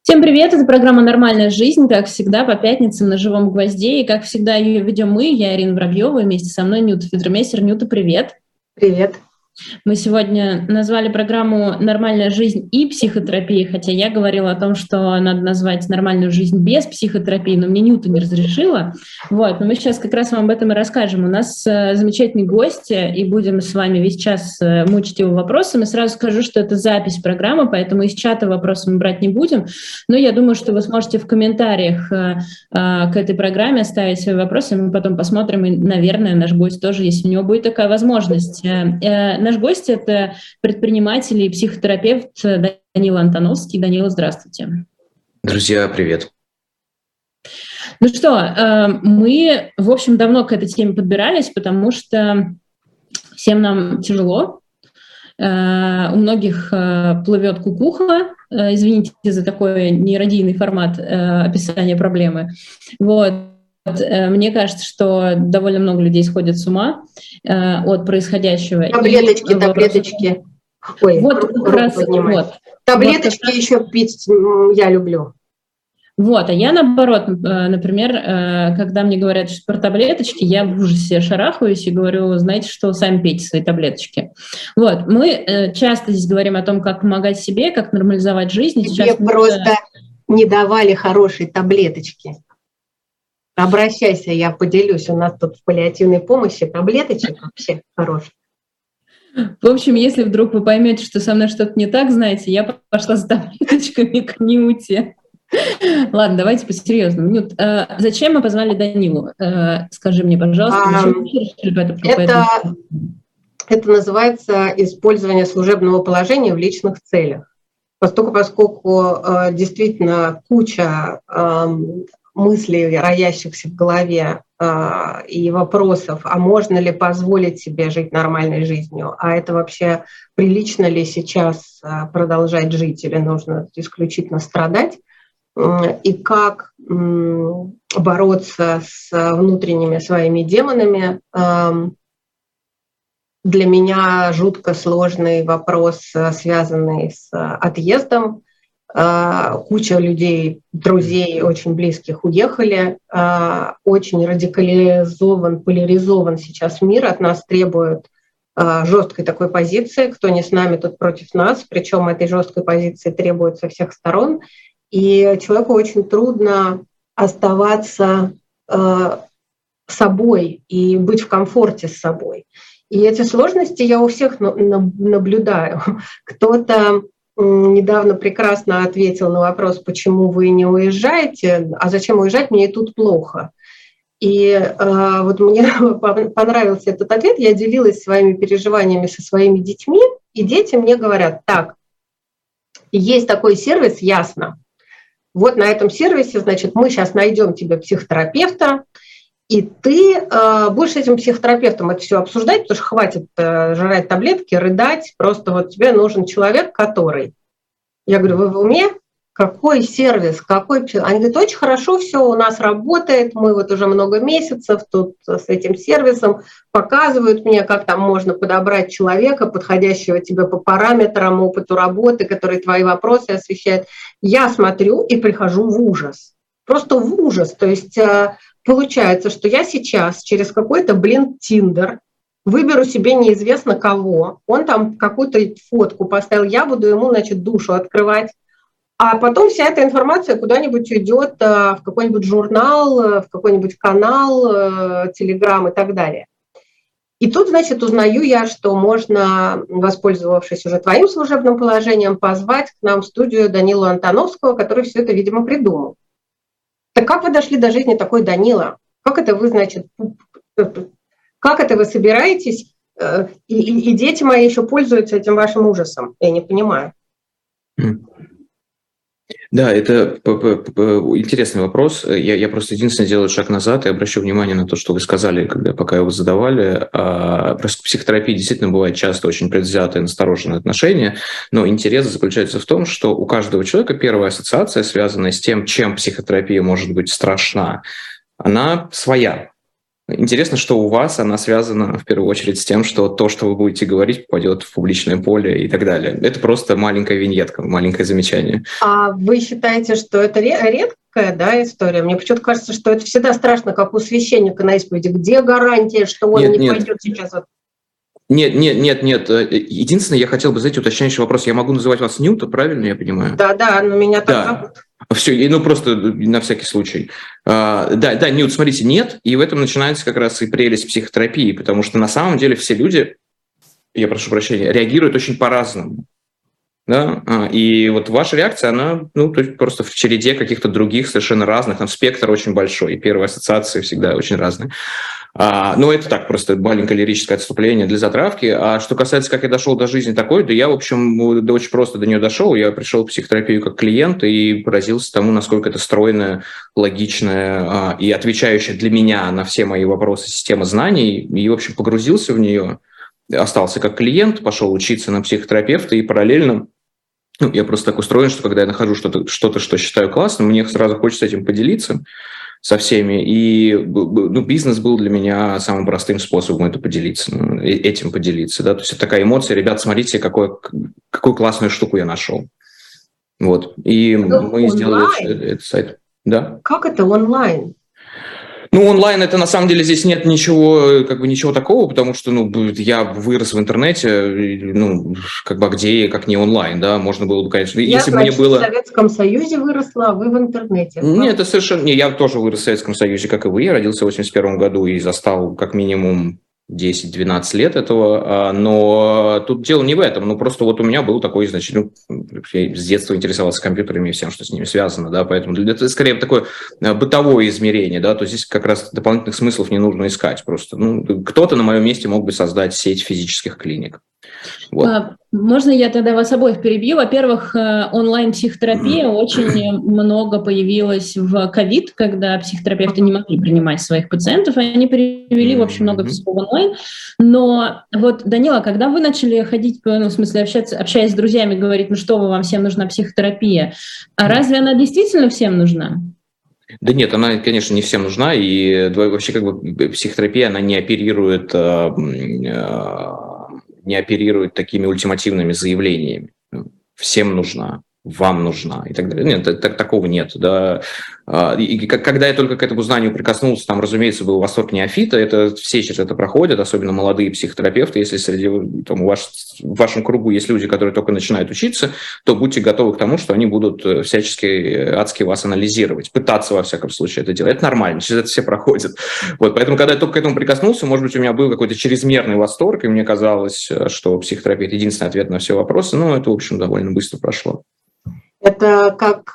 Всем привет, это программа «Нормальная жизнь», как всегда, по пятницам на «Живом гвозде». И как всегда ее ведем мы, я Ирина Воробьева, и вместе со мной Нюта Федермейстер. Нюта, привет. Привет. Мы сегодня назвали программу «Нормальная жизнь» и психотерапия, хотя я говорила о том, что надо назвать «Нормальную жизнь» без психотерапии, но мне Нюта не разрешила. Но мы сейчас как раз вам об этом и расскажем. У нас замечательный гость, и будем с вами весь час мучить его вопросами. Сразу скажу, что это запись программы, поэтому из чата вопросы мы брать не будем, но я думаю, что вы сможете в комментариях к этой программе оставить свои вопросы, мы потом посмотрим, и, наверное, наш гость тоже, если у него будет такая возможность. Наш гость — это предприниматель и психотерапевт Данила Антоновский. Данила, здравствуйте. Друзья, привет. Ну что, мы, в общем, давно к этой теме подбирались, потому что всем нам тяжело. У многих плывет кукуха. Извините за такой нерадийный формат описания проблемы. Мне кажется, что довольно много людей сходят с ума от происходящего. Таблеточки. Ой, как раз, таблеточки еще пить я люблю. А я наоборот, например, когда мне говорят, что про таблеточки, я в ужасе шарахаюсь и говорю, знаете что, сами пейте свои таблеточки. Мы часто здесь говорим о том, как помогать себе, как нормализовать жизнь. Тебе просто не давали хорошие таблеточки. Обращайся, я поделюсь. У нас тут в паллиативной помощи таблеточек вообще хороших. В общем, если вдруг вы поймете, что со мной что-то не так, знаете, я пошла за таблеточками к Нюте. Ладно, давайте по-серьезному. Нют, зачем мы позвали Данилу? Скажи мне, пожалуйста, это называется использование служебного положения в личных целях. Поскольку действительно куча мыслей, роящихся в голове, и вопросов, а можно ли позволить себе жить нормальной жизнью, а это вообще прилично ли сейчас продолжать жить или нужно исключительно страдать, и как бороться с внутренними своими демонами. Для меня жутко сложный вопрос, связанный с отъездом. Куча людей, друзей очень близких уехали, очень радикализован, поляризован сейчас мир, от нас требуют жесткой такой позиции, кто не с нами, тот против нас, причем этой жесткой позиции требуют со всех сторон, и человеку очень трудно оставаться собой и быть в комфорте с собой. И эти сложности я у всех наблюдаю. Кто-то недавно прекрасно ответил на вопрос, почему вы не уезжаете, а зачем уезжать, мне и тут плохо. И мне понравился этот ответ, я делилась своими переживаниями со своими детьми, и дети мне говорят, так, есть такой сервис, ясно, на этом сервисе, значит, мы сейчас найдем тебе психотерапевта, и ты будешь с этим психотерапевтом это все обсуждать, потому что хватит жрать таблетки, рыдать, просто тебе нужен человек, который... Я говорю, вы в уме? Какой сервис, какой... Они говорят, очень хорошо все у нас работает, мы уже много месяцев тут с этим сервисом, показывают мне, как там можно подобрать человека, подходящего тебе по параметрам, опыту работы, который твои вопросы освещает. Я смотрю и прихожу в ужас. Просто в ужас. То есть... Получается, что я сейчас через какой-то, Тиндер выберу себе неизвестно кого, он там какую-то фотку поставил, я буду ему, душу открывать, а потом вся эта информация куда-нибудь уйдет в какой-нибудь журнал, в какой-нибудь канал, Телеграм и так далее. И тут, узнаю я, что можно, воспользовавшись уже твоим служебным положением, позвать к нам в студию Данилу Антоновского, который все это, видимо, придумал. Так как вы дошли до жизни такой, Данила? Как это вы, как это вы собираетесь? И дети мои еще пользуются этим вашим ужасом. Я не понимаю. Да, это интересный вопрос. Я просто единственное делаю шаг назад и обращу внимание на то, что вы сказали, пока его задавали. Просто к психотерапии действительно бывает часто очень предвзятое, настороженное отношение, но интерес заключается в том, что у каждого человека первая ассоциация, связанная с тем, чем психотерапия может быть страшна, она своя. Интересно, что у вас она связана в первую очередь с тем, что то, что вы будете говорить, попадет в публичное поле и так далее. Это просто маленькая виньетка, маленькое замечание. А вы считаете, что это редкая, да, история? Мне почему-то кажется, что это всегда страшно, как у священника на исповеди. Где гарантия, что он не пойдет сейчас? Нет. Единственное, я хотел бы задать уточняющий вопрос. Я могу называть вас Нюта, правильно я понимаю? Да, но меня так зовут. Все, просто на всякий случай. Да, Нют, смотрите, нет, и в этом начинается как раз и прелесть психотерапии, потому что на самом деле все люди, я прошу прощения, реагируют очень по-разному. Да? И вот ваша реакция, она то есть просто в череде каких-то других совершенно разных, там спектр очень большой, и первые ассоциации всегда очень разные. Но это так, просто маленькое лирическое отступление для затравки. А что касается, как я дошел до жизни такой, да я, в общем, очень просто до нее дошел. Я пришел в психотерапию как клиент и поразился тому, насколько это стройная, логичная и отвечающая для меня на все мои вопросы система знаний. И, в общем, погрузился в нее, остался как клиент, пошел учиться на психотерапевта и параллельно я просто так устроен, что когда я нахожу что-то, что считаю классным, мне сразу хочется этим поделиться со всеми. И бизнес был для меня самым простым способом этим поделиться. Да? То есть это такая эмоция, ребят, смотрите, какую классную штуку я нашел. Вот. И мы сделали этот сайт. Да? Как это онлайн? Онлайн это на самом деле здесь нет ничего такого, потому что я вырос в интернете, где, как не онлайн, да, можно было бы, конечно, если бы мне было... в Советском Союзе выросла, а вы в интернете. Нет, это совершенно... Я тоже вырос в Советском Союзе, как и вы, я родился в 1981 году и застал как минимум 10-12 лет этого, но тут дело не в этом, просто вот у меня был такой, я с детства интересовался компьютерами и всем, что с ними связано, да, поэтому это скорее такое бытовое измерение, да, то здесь как раз дополнительных смыслов не нужно искать просто. Кто-то на моем месте мог бы создать сеть физических клиник. Вот. Можно я тогда вас обоих перебью? Во-первых, онлайн-психотерапия очень много появилась в ковид, когда психотерапевты не могли принимать своих пациентов, и они перевели, в общем, много всего в онлайн. Но вот, Данила, когда вы начали ходить, общаясь с друзьями, говорить, вам всем нужна психотерапия, а разве она действительно всем нужна? Да нет, она, конечно, не всем нужна, и вообще психотерапия, она не оперирует такими ультимативными заявлениями. Всем нужна, вам нужна и так далее. Нет, такого нет. Да. И когда я только к этому знанию прикоснулся, там, разумеется, был восторг неофита, все через это проходят, особенно молодые психотерапевты. Если в вашем кругу есть люди, которые только начинают учиться, то будьте готовы к тому, что они будут всячески адски вас анализировать, пытаться, во всяком случае, это делать. Это нормально, через это все проходят. Вот, поэтому, когда я только к этому прикоснулся, может быть, у меня был какой-то чрезмерный восторг, и мне казалось, что психотерапия – это единственный ответ на все вопросы, но это, в общем, довольно быстро прошло. Это как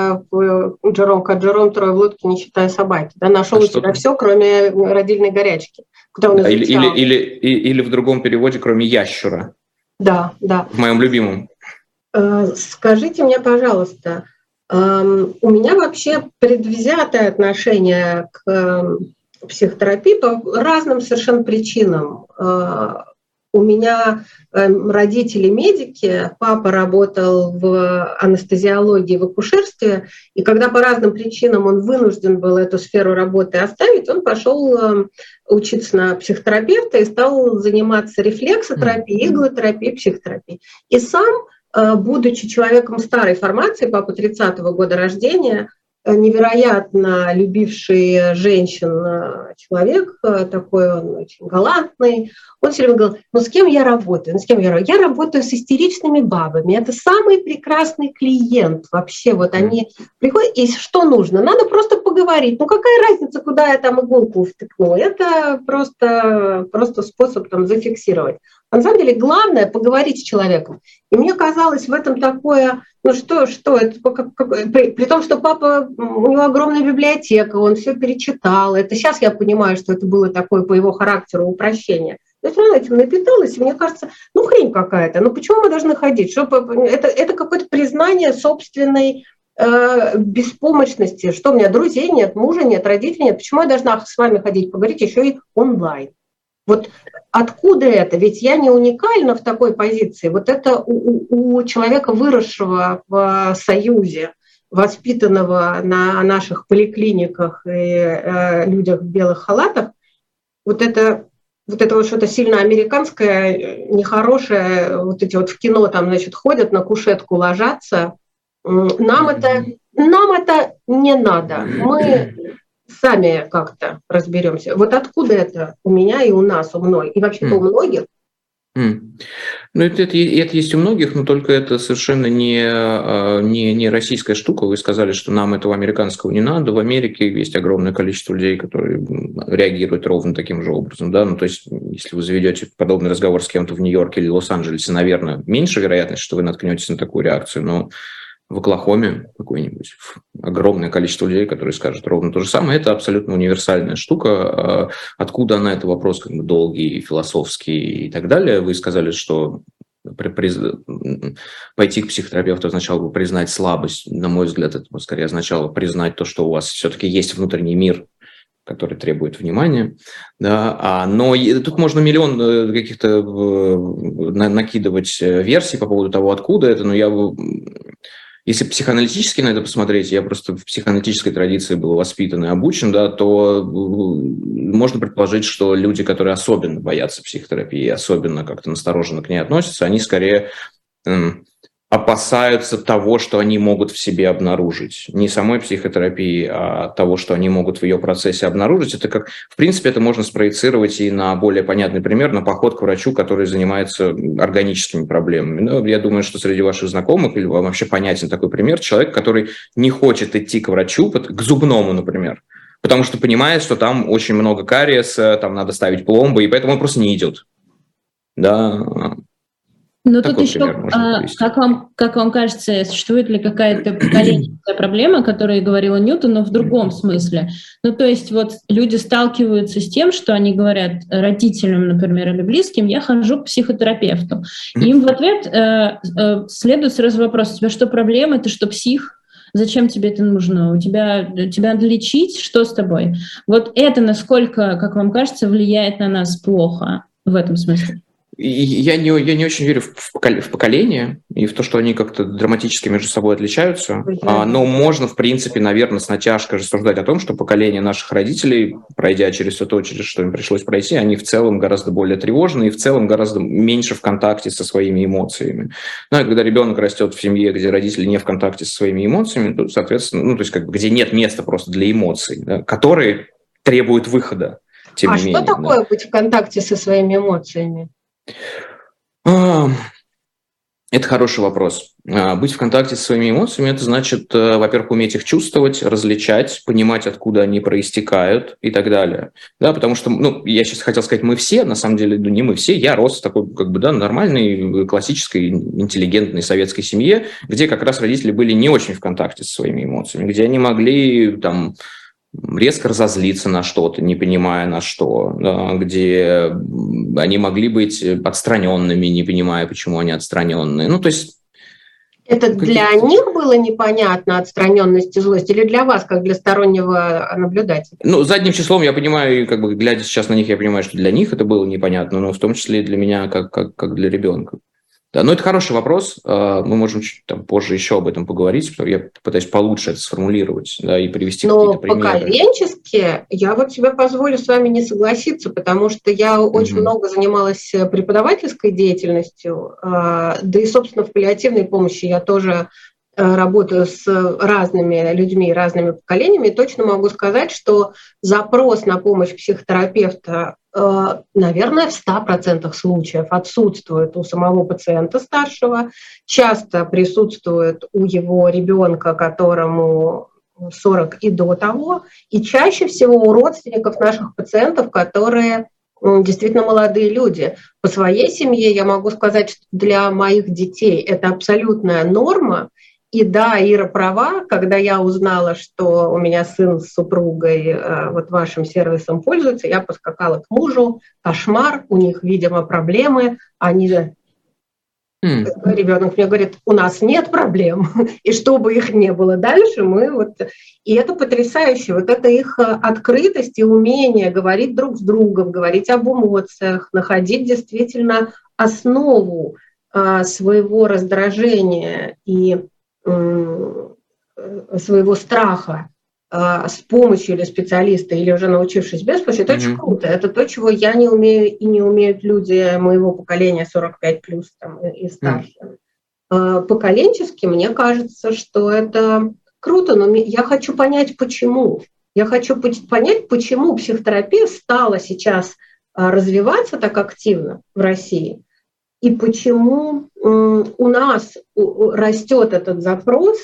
Джером трое в лодке, не считая собаки. Да? Нашел у тебя все, кроме родильной горячки. Куда он или в другом переводе, кроме ящура. Да. В моем любимом. Скажите мне, пожалуйста, у меня вообще предвзятое отношение к психотерапии по разным совершенно причинам. У меня родители медики, папа работал в анестезиологии, в акушерстве, и когда по разным причинам он вынужден был эту сферу работы оставить, он пошел учиться на психотерапевта и стал заниматься рефлексотерапией, иглотерапией, психотерапией. И сам, будучи человеком старой формации, папа 30-го года рождения, невероятно любивший женщин человек, такой он очень галантный, он все время говорил, с кем я работаю? Я работаю с истеричными бабами, это самый прекрасный клиент вообще, вот они приходят, и что нужно? Надо просто поговорить, какая разница, куда я там иголку втыкну, это просто способ там зафиксировать. А на самом деле главное поговорить с человеком. И мне казалось в этом такое, что это, при том, что папа, у него огромная библиотека, он все перечитал. Это сейчас я понимаю, что это было такое по его характеру упрощение. Я все равно этим напиталась, и мне кажется, хрень какая-то. Почему мы должны ходить? Это какое-то признание собственной беспомощности. Что у меня друзей нет, мужа нет, родителей нет. Почему я должна с вами ходить поговорить еще и онлайн? Вот откуда это? Ведь я не уникальна в такой позиции. Вот это у человека, выросшего в Союзе, воспитанного на наших поликлиниках и людях в белых халатах, вот это вот что-то сильно американское, нехорошее, вот эти вот в кино там, значит, ходят, на кушетку ложатся. Нам это не надо. Мы сами как-то разберемся. Вот откуда это у меня и у нас, у многих, и вообще-то у многих. Ну, это есть у многих, но только это совершенно не российская штука. Вы сказали, что нам этого американского не надо. В Америке есть огромное количество людей, которые реагируют ровно таким же образом. Да? Ну, то есть, если вы заведете подобный разговор с кем-то в Нью-Йорке или Лос-Анджелесе, наверное, меньше вероятность, что вы наткнетесь на такую реакцию, но в Оклахоме какое-нибудь огромное количество людей, которые скажут ровно то же самое. Это абсолютно универсальная штука. Откуда она, это вопрос как бы долгий, философский и так далее. Вы сказали, что пойти к психотерапевту означало бы признать слабость. На мой взгляд, это скорее означало признать то, что у вас все-таки есть внутренний мир, который требует внимания. Да, но тут можно миллион каких-то накидывать версий по поводу того, откуда это, но если психоаналитически на это посмотреть, я просто в психоаналитической традиции был воспитан и обучен, да, то можно предположить, что люди, которые особенно боятся психотерапии, особенно как-то настороженно к ней относятся, они скорее опасаются того, что они могут в себе обнаружить. Не самой психотерапии, а того, что они могут в ее процессе обнаружить. Это как, в принципе, это можно спроецировать и на более понятный пример, на поход к врачу, который занимается органическими проблемами. Ну, я думаю, что среди ваших знакомых, или вам вообще понятен такой пример, человек, который не хочет идти к врачу, к зубному, например, потому что понимает, что там очень много кариеса, там надо ставить пломбы, и поэтому он просто не идет. Да. Но тут еще, как вам кажется, существует ли какая-то поколенческая проблема, о которой говорила Ньютон, но в другом смысле? Ну, то есть вот люди сталкиваются с тем, что они говорят родителям, например, или близким: я хожу к психотерапевту. И им в ответ следует сразу вопрос: у тебя что, проблема? Ты что, псих? Зачем тебе это нужно? Тебя надо лечить? Что с тобой? Вот это насколько, как вам кажется, влияет на нас плохо в этом смысле? Я не очень верю в поколение и в то, что они как-то драматически между собой отличаются. Но можно, в принципе, наверное, с натяжкой рассуждать о том, что поколение наших родителей, пройдя через все то, через что им пришлось пройти, они в целом гораздо более тревожны и в целом гораздо меньше в контакте со своими эмоциями. Ну, и когда ребенок растет в семье, где родители не в контакте со своими эмоциями, то, соответственно, то есть как бы где нет места просто для эмоций, да, которые требуют выхода. Тем не менее, что такое быть в контакте со своими эмоциями? Это хороший вопрос. Быть в контакте со своими эмоциями – это значит, во-первых, уметь их чувствовать, различать, понимать, откуда они проистекают и так далее. Да, потому что, я сейчас хотел сказать, мы все, на самом деле, не мы все. Я рос в такой, нормальной, классической, интеллигентной советской семье, где как раз родители были не очень в контакте со своими эмоциями, где они могли резко разозлиться на что-то, не понимая на что, да, где они могли быть отстраненными, не понимая, почему они отстраненные. То есть это для них было непонятно, отстраненность и злость, или для вас, как для стороннего наблюдателя? Задним числом я понимаю, глядя сейчас на них, я понимаю, что для них это было непонятно, но в том числе и для меня, как для ребенка. Да, это хороший вопрос. Мы можем чуть позже еще об этом поговорить, потому что я пытаюсь получше это сформулировать, да, и привести какие-то примеры. Но поколенчески я себе позволю с вами не согласиться, потому что я очень много занималась преподавательской деятельностью, да и, собственно, в паллиативной помощи я тоже работаю с разными людьми, разными поколениями, и точно могу сказать, что запрос на помощь психотерапевта, наверное, в 100% случаев отсутствует у самого пациента старшего, часто присутствует у его ребенка, которому 40 и до того, и чаще всего у родственников наших пациентов, которые действительно молодые люди. По своей семье я могу сказать, что для моих детей это абсолютная норма. И да, Ира права, когда я узнала, что у меня сын с супругой вашим сервисом пользуется, я поскакала к мужу, кошмар, у них, видимо, проблемы, ребенок мне говорит: у нас нет проблем, и чтобы их не было дальше, И это потрясающе, это их открытость и умение говорить друг с другом, говорить об эмоциях, находить действительно основу своего раздражения и своего страха с помощью или специалиста, или уже научившись без помощи, это очень круто. Это то, чего я не умею и не умеют люди моего поколения 45 плюс там, и старше. Поколенчески мне кажется, что это круто, но я хочу понять, почему. Я хочу понять, почему психотерапия стала сейчас развиваться так активно в России, и почему у нас растет этот запрос,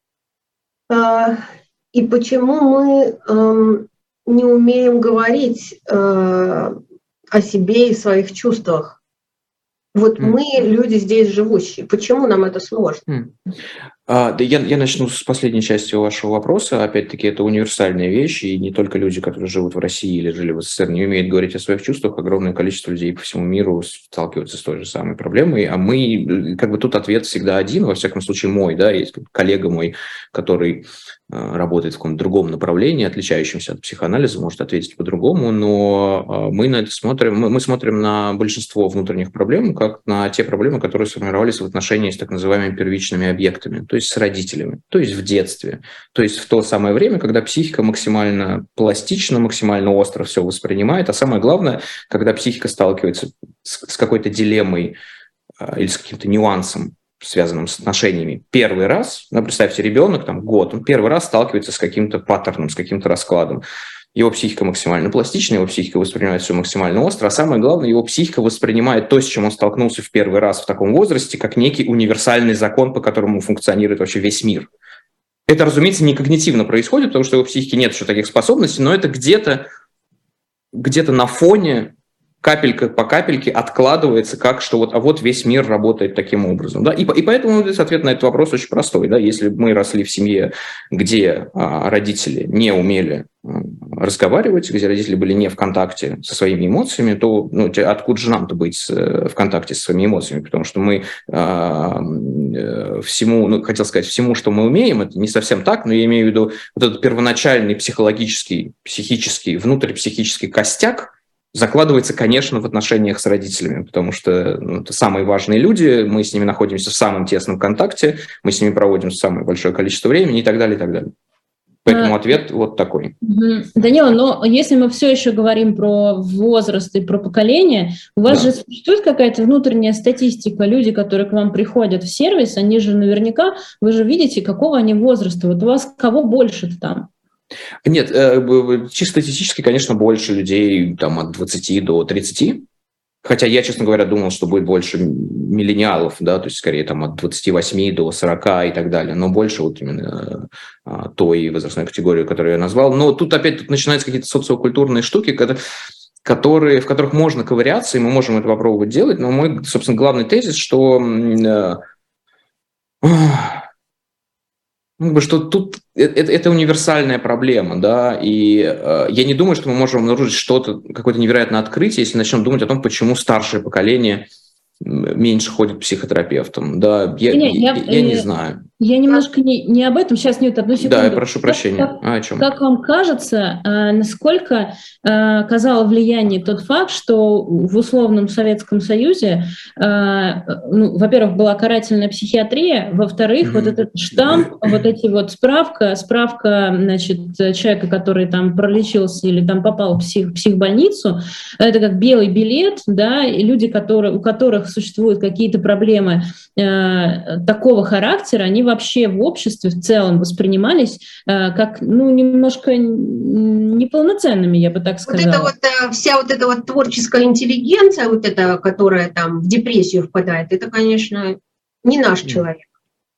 и почему мы не умеем говорить о себе и своих чувствах. Вот мы, люди здесь живущие, почему нам это сложно? Я начну с последней части вашего вопроса. Опять-таки, это универсальная вещь, и не только люди, которые живут в России или жили в СССР, не умеют говорить о своих чувствах. Огромное количество людей по всему миру сталкиваются с той же самой проблемой. А мы, тут ответ всегда один, во всяком случае мой, да, есть коллега мой, который работает в каком-то другом направлении, отличающемся от психоанализа, может ответить по-другому, но мы на это смотрим, мы смотрим на большинство внутренних проблем, как на те проблемы, которые сформировались в отношении с так называемыми первичными объектами, то есть с родителями, то есть в детстве, то есть в то самое время, когда психика максимально пластична, максимально остро все воспринимает, а самое главное, когда психика сталкивается с какой-то дилеммой или с каким-то нюансом, связанным с отношениями. Первый раз, представьте, ребенок, год, он первый раз сталкивается с каким-то паттерном, с каким-то раскладом. Его психика максимально пластична, его психика воспринимает все максимально остро, а самое главное, его психика воспринимает то, с чем он столкнулся в первый раз в таком возрасте, как некий универсальный закон, по которому функционирует вообще весь мир. Это, разумеется, не когнитивно происходит, потому что у его психики нет еще таких способностей, но это где-то на фоне капелька по капельке откладывается, как что вот весь мир работает таким образом. Да? И поэтому ответ на этот вопрос очень простой. Да? Если мы росли в семье, где родители не умели разговаривать, где родители были не в контакте со своими эмоциями, то откуда же нам-то быть в контакте со своими эмоциями? Потому что мы всему, что мы умеем, это не совсем так, но я имею в виду вот этот первоначальный психологический, психический, внутрипсихический костяк, закладывается, конечно, в отношениях с родителями, потому что это самые важные люди, мы с ними находимся в самом тесном контакте, мы с ними проводим самое большое количество времени и так далее, и так далее. Поэтому ответ вот такой. Данила, но если мы все еще говорим про возраст и про поколение, у вас же существует какая-то внутренняя статистика, люди, которые к вам приходят в сервис, они же наверняка, вы же видите, какого они возраста, вот у вас кого больше-то там? Нет, чисто статистически, конечно, больше людей от 20 до 30. Хотя я, честно говоря, думал, что будет больше миллениалов, да, то есть скорее от 28 до 40 и так далее, но больше именно той возрастной категории, которую я назвал. Но тут опять начинаются какие-то социокультурные штуки, в которых можно ковыряться, и мы можем это попробовать делать, но мой, собственно, главный тезис, что тут это универсальная проблема, да, и я не думаю, что мы можем обнаружить какое-то невероятное открытие, если начнем думать о том, почему старшее поколение меньше ходит к психотерапевтам, да, я не знаю. Я немножко не об этом, сейчас нет, одну секунду. Да, я прошу прощения. О чем? Как вам кажется, насколько оказало влияние тот факт, что в условном Советском Союзе, во-первых, была карательная психиатрия, во-вторых, вот этот штамп, вот эти вот справка, человека, который там пролечился или там попал в психбольницу, это как белый билет, да, и люди, у которых существуют какие-то проблемы такого характера, они вообще в обществе в целом воспринимались как, немножко неполноценными, я бы так сказала. Вся эта творческая интеллигенция, которая там в депрессию впадает, это, конечно, не наш человек.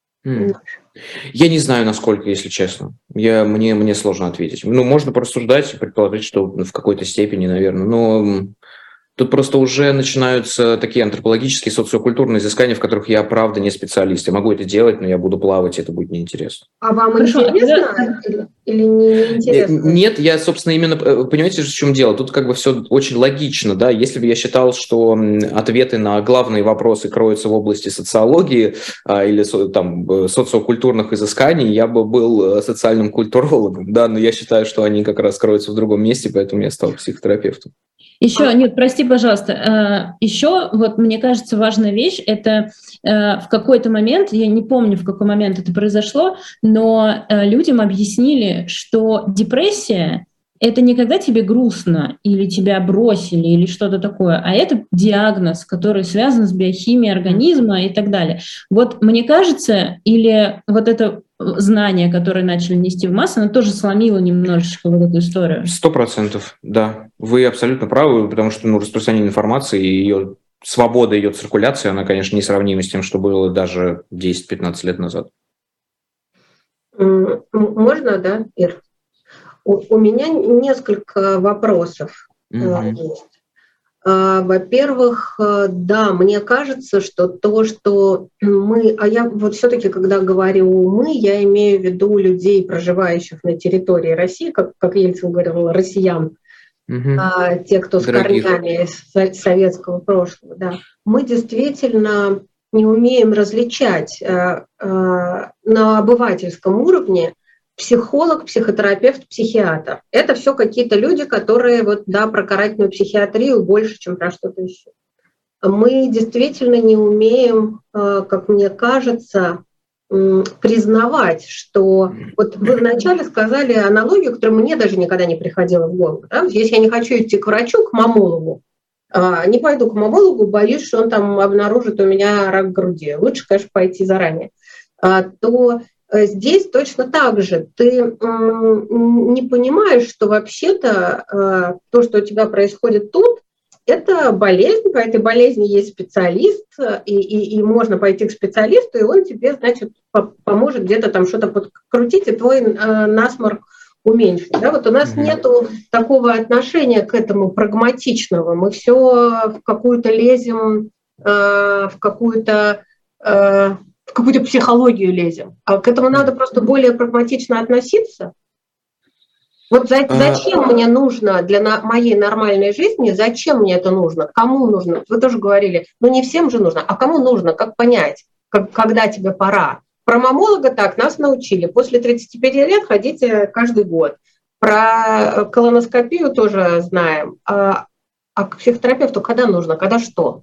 Я не знаю, насколько, если честно. Мне сложно ответить. Можно порассуждать и предположить, что в какой-то степени, наверное, но тут просто уже начинаются такие антропологические, социокультурные изыскания, в которых я, правда, не специалист. Я могу это делать, но я буду плавать, это будет неинтересно. А вам интересно или не интересно? Нет, я, собственно, именно... Понимаете, в чем дело? Тут все очень логично, да. Если бы я считал, что ответы на главные вопросы кроются в области социологии или социокультурных изысканий, я бы был социальным культурологом, да, но я считаю, что они как раз кроются в другом месте, поэтому я стал психотерапевтом. Еще, нет, прости, пожалуйста, еще вот мне кажется важная вещь, это в какой-то момент, я не помню, в какой момент это произошло, но людям объяснили, что депрессия — это не когда тебе грустно или тебя бросили или что-то такое, а это диагноз, который связан с биохимией организма и так далее. Вот мне кажется, или вот это знание, которое начали нести в массы, оно тоже сломило немножечко вот эту историю. 100%, да. Вы абсолютно правы, потому что распространение информации и ее свобода, ее циркуляция, она, конечно, несравнима с тем, что было даже 10-15 лет назад. Можно, да, Ир? У меня несколько вопросов есть. Во-первых, да, мне кажется, что то, что мы, а я вот все-таки, когда говорю «мы», я имею в виду людей, проживающих на территории России, как Ельцин говорил, россиян, те, кто Дорогих. с корнями из советского прошлого, да. Мы действительно не умеем различать на обывательском уровне психолог, психотерапевт, психиатр. Это все какие-то люди, которые вот, да, про карательную психиатрию больше, чем про что-то еще. Мы действительно не умеем, как мне кажется, признавать, что... Вот вы вначале сказали аналогию, которая мне даже никогда не приходила в голову. Да? Если я не хочу идти к врачу, к маммологу, не пойду к маммологу, боюсь, что он там обнаружит у меня рак груди. Лучше, конечно, пойти заранее. То здесь точно так же. Ты не понимаешь, что вообще-то то, что у тебя происходит тут, это болезнь, по этой болезни есть специалист, и можно пойти к специалисту, и он тебе, значит, поможет где-то там что-то подкрутить, и твой насморк уменьшить. Да? Вот у нас нету такого отношения к этому прагматичного. Мы все в какую-то лезем, в какую-то психологию лезем. А к этому надо просто более прагматично относиться. Вот зачем мне нужно для моей нормальной жизни, зачем мне это нужно, кому нужно? Вы тоже говорили, не всем же нужно, а кому нужно, как понять, когда тебе пора? Про маммолога так нас научили. После 35 лет ходите каждый год. Про колоноскопию тоже знаем. А к психотерапевту когда нужно, когда что?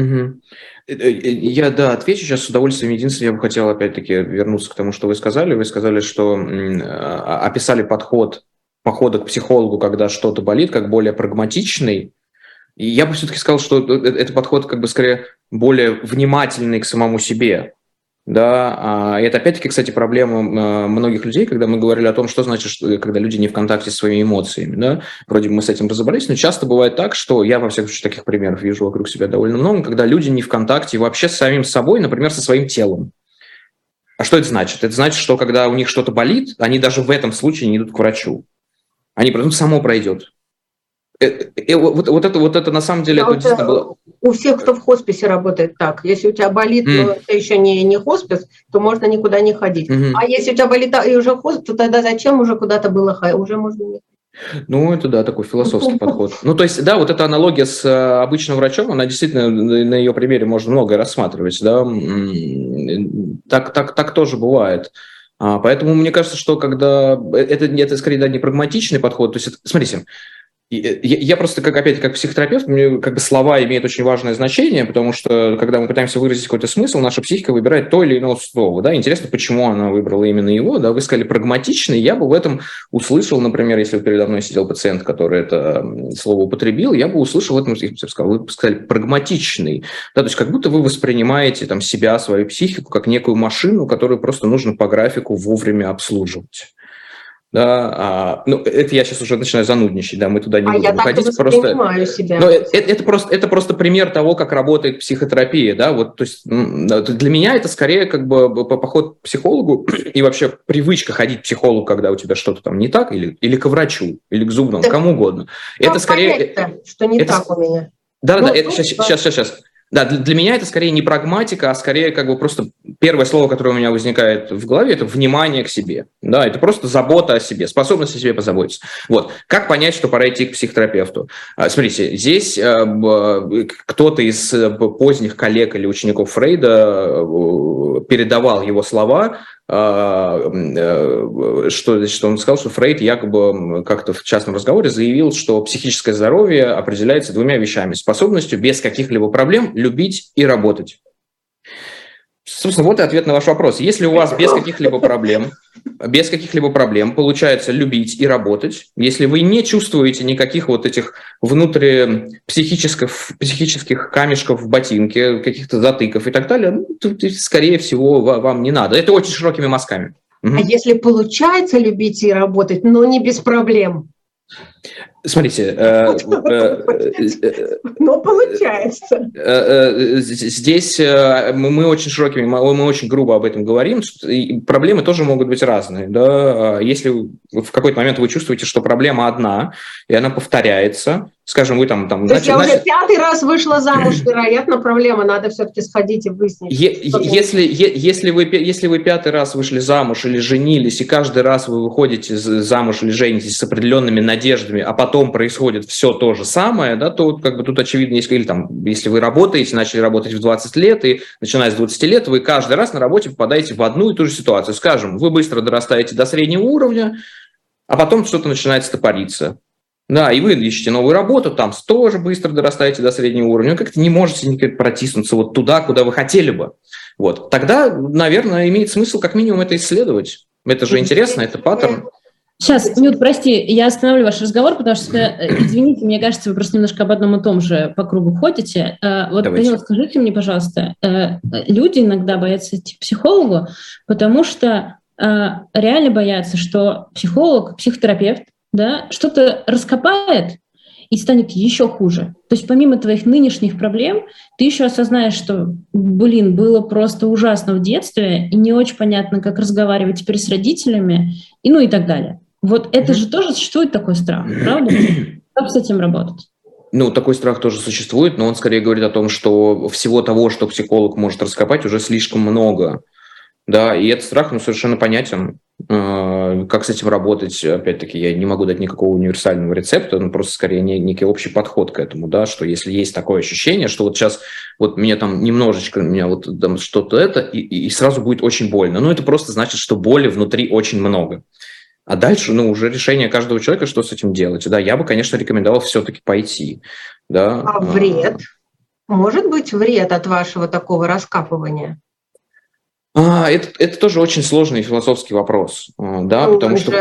Я, да, отвечу сейчас с удовольствием. Единственное, я бы хотел опять-таки вернуться к тому, что вы сказали. Вы сказали, что описали подход похода к психологу, когда что-то болит, как более прагматичный. И я бы все-таки сказал, что это подход как бы скорее более внимательный к самому себе. Да, и это опять-таки, кстати, проблема многих людей, когда мы говорили о том, что значит, когда люди не в контакте со своими эмоциями. Да? Вроде бы мы с этим разобрались, но часто бывает так, что я, во всяком случае, таких примеров вижу вокруг себя довольно много, когда люди не в контакте вообще с самим собой, например, со своим телом. А что это значит? Это значит, что когда у них что-то болит, они даже в этом случае не идут к врачу. Они потом само пройдет. Вот это на самом деле... Это действительно было... У всех, кто в хосписе работает, так. Если у тебя болит, но это еще не хоспис, то можно никуда не ходить. А если у тебя болит и уже хоспис, то тогда зачем уже куда-то было ходить? Уже можно не ходить. Ну, это, да, такой философский подход. Ну, то есть, да, вот эта аналогия с обычным врачом, она действительно, на ее примере можно многое рассматривать, да. Так тоже бывает. Поэтому мне кажется, что когда... Это скорее, да, не прагматичный подход. То есть, смотрите... Я просто, как психотерапевт, мне как бы слова имеют очень важное значение, потому что, когда мы пытаемся выразить какой-то смысл, наша психика выбирает то или иное слово. Да? Интересно, почему она выбрала именно его. Да? Вы сказали «прагматичный», я бы в этом услышал, например, если бы передо мной сидел пациент, который это слово употребил, я бы услышал в этом, вы сказали «прагматичный». Да? То есть как будто вы воспринимаете там, себя, свою психику, как некую машину, которую просто нужно по графику вовремя обслуживать. Да, это я сейчас уже начинаю занудничать, да, мы туда не будем выходить. Я так воспринимаю себя. Но это просто пример того, как работает психотерапия, да, вот, то есть для меня это скорее как бы поход к психологу и вообще привычка ходить к психологу, когда у тебя что-то там не так, или к врачу, или к зубному, кому угодно. Это скорее... что не так у меня. Да, сейчас. Да, для меня это скорее не прагматика, а скорее как бы просто первое слово, которое у меня возникает в голове, это внимание к себе. Да, это просто забота о себе, способность о себе позаботиться. Вот. Как понять, что пора идти к психотерапевту? Смотрите, здесь кто-то из поздних коллег или учеников Фрейда передавал его слова что он сказал, что Фрейд якобы как-то в частном разговоре заявил, что психическое здоровье определяется двумя вещами: способностью без каких-либо проблем любить и работать. Собственно, вот и ответ на ваш вопрос. Если у вас без каких-либо проблем получается любить и работать, если вы не чувствуете никаких вот этих внутрипсихических камешков в ботинке, каких-то затыков и так далее, то, скорее всего, вам не надо. Это очень широкими мазками. А если получается любить и работать, но не без проблем? Смотрите, но получается. Здесь мы очень широкими, мы очень грубо об этом говорим. Проблемы тоже могут быть разные. Да? Если в какой-то момент вы чувствуете, что проблема одна, и она повторяется, скажем, вы там... То есть я уже 5-й раз вышла замуж, вероятно, проблема, надо все-таки сходить и выяснить. Если вы 5-й раз вышли замуж или женились, и каждый раз вы выходите замуж или женитесь с определенными надеждами, а потом происходит все то же самое, да, то как бы тут очевидно, если вы работаете, начали работать в 20 лет, и начиная с 20 лет, вы каждый раз на работе попадаете в одну и ту же ситуацию. Скажем, вы быстро дорастаете до среднего уровня, а потом что-то начинает стопориться. Да, и вы ищете новую работу, там тоже быстро дорастаете до среднего уровня, вы как-то не можете протиснуться вот туда, куда вы хотели бы. Вот. Тогда, наверное, имеет смысл как минимум это исследовать. Это же интересно, это паттерн. Сейчас, Нют, прости, я остановлю ваш разговор, потому что, извините, мне кажется, вы просто немножко об одном и том же по кругу ходите. Вот, Данила, скажите мне, пожалуйста, люди иногда боятся идти к психологу, потому что реально боятся, что психолог, психотерапевт, да, что-то раскопает и станет еще хуже. То есть помимо твоих нынешних проблем, ты еще осознаешь, что, было просто ужасно в детстве, и не очень понятно, как разговаривать теперь с родителями, и так далее. Вот это же тоже существует такой страх, правда? Как с этим работать? Такой страх тоже существует, но он скорее говорит о том, что всего того, что психолог может раскопать, уже слишком много. Да, и этот страх, совершенно понятен. Как с этим работать, опять-таки, я не могу дать никакого универсального рецепта, просто скорее некий общий подход к этому, да, что если есть такое ощущение, что вот сейчас вот мне там немножечко, меня вот там что-то это, и сразу будет очень больно. Это просто значит, что боли внутри очень много. А дальше, уже решение каждого человека, что с этим делать. Да, я бы, конечно, рекомендовал все-таки пойти. Да. А вред? Может быть вред от вашего такого раскапывания? Это тоже очень сложный философский вопрос, да, потому что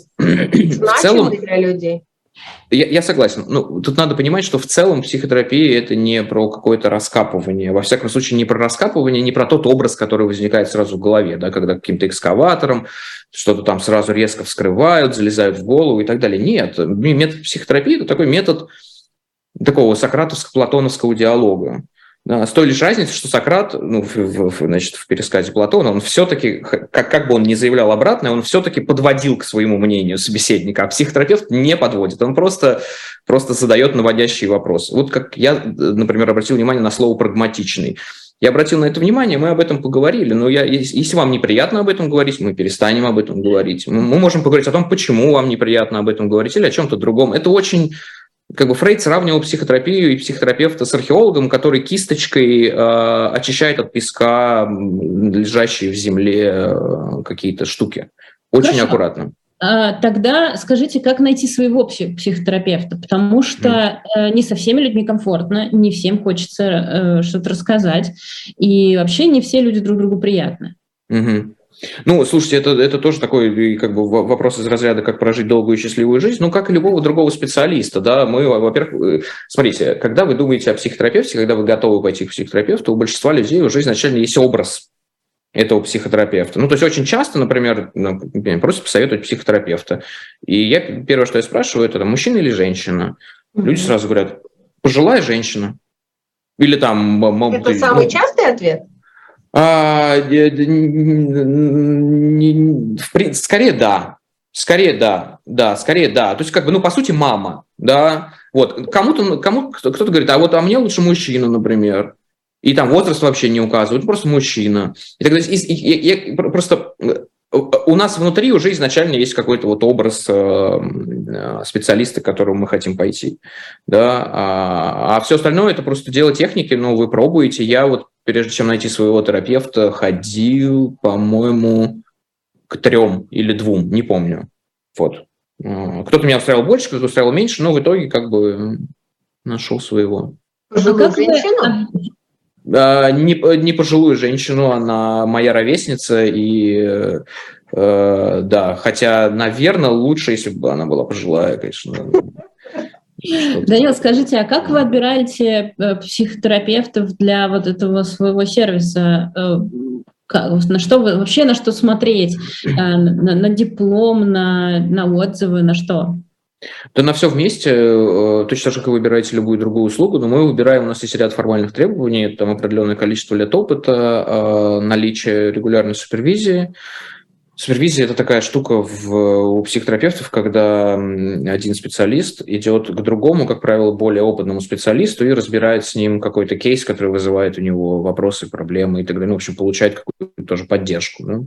в целом для людей. Я согласен. Тут надо понимать, что в целом психотерапия – это не про какое-то раскапывание. Во всяком случае, не про раскапывание, не про тот образ, который возникает сразу в голове, да, когда каким-то экскаватором что-то там сразу резко вскрывают, залезают в голову и так далее. Нет, метод психотерапии – это такой метод такого сократовско-платоновского диалога. Да, с той лишь разницей, что Сократ, в пересказе Платона, он все-таки, как бы он ни заявлял обратное, он все-таки подводил к своему мнению собеседника, а психотерапевт не подводит, он просто задает наводящие вопросы. Вот как я, например, обратил внимание на слово «прагматичный». Я обратил на это внимание, мы об этом поговорили, но если вам неприятно об этом говорить, мы перестанем об этом говорить. Мы можем поговорить о том, почему вам неприятно об этом говорить, или о чем-то другом. Это очень... Фрейд сравнивал психотерапию и психотерапевта с археологом, который кисточкой очищает от песка лежащие в земле какие-то штуки. Очень Хорошо. Аккуратно. Тогда скажите, как найти своего психотерапевта? Потому что не со всеми людьми комфортно, не всем хочется что-то рассказать, и вообще не все люди друг другу приятны. Слушайте, это тоже такой вопрос из разряда, как прожить долгую и счастливую жизнь, как и любого другого специалиста, да, мы, во-первых, смотрите, когда вы думаете о психотерапевте, когда вы готовы пойти к психотерапевту, у большинства людей уже изначально есть образ этого психотерапевта. То есть очень часто, например, просят посоветовать психотерапевта, и первое, что я спрашиваю, это мужчина или женщина? Люди сразу говорят, пожилая женщина. Или там... Это самый частый ответ? Скорее да. То есть, по сути, мама, да. Вот. Кто-то говорит, а мне лучше мужчина, например. И там возраст вообще не указывают, просто мужчина. И тогда просто у нас внутри уже изначально есть какой-то образ специалиста, к которому мы хотим пойти. Да? А все остальное – это просто дело техники, вы пробуете. Я прежде чем найти своего терапевта, ходил, по-моему, к 3 или 2, не помню. Вот. Кто-то меня устраивал больше, кто-то устраивал меньше, но в итоге как бы нашел своего. Пожилую женщину? Не пожилую женщину, она моя ровесница, и да, хотя, наверное, лучше, если бы она была пожилая, конечно. Данил, скажите, а как вы отбираете психотерапевтов для вот этого своего сервиса? На что вы вообще, на что смотреть? На диплом, на отзывы, на что? Да на все вместе, точно так же, как вы выбираете любую другую услугу, но мы выбираем, у нас есть ряд формальных требований, там определенное количество лет опыта, наличие регулярной супервизии. Супервизия – это такая штука у психотерапевтов, когда один специалист идет к другому, как правило, более опытному специалисту и разбирает с ним какой-то кейс, который вызывает у него вопросы, проблемы и так далее. Ну, в общем, получает какую-то тоже поддержку. Да?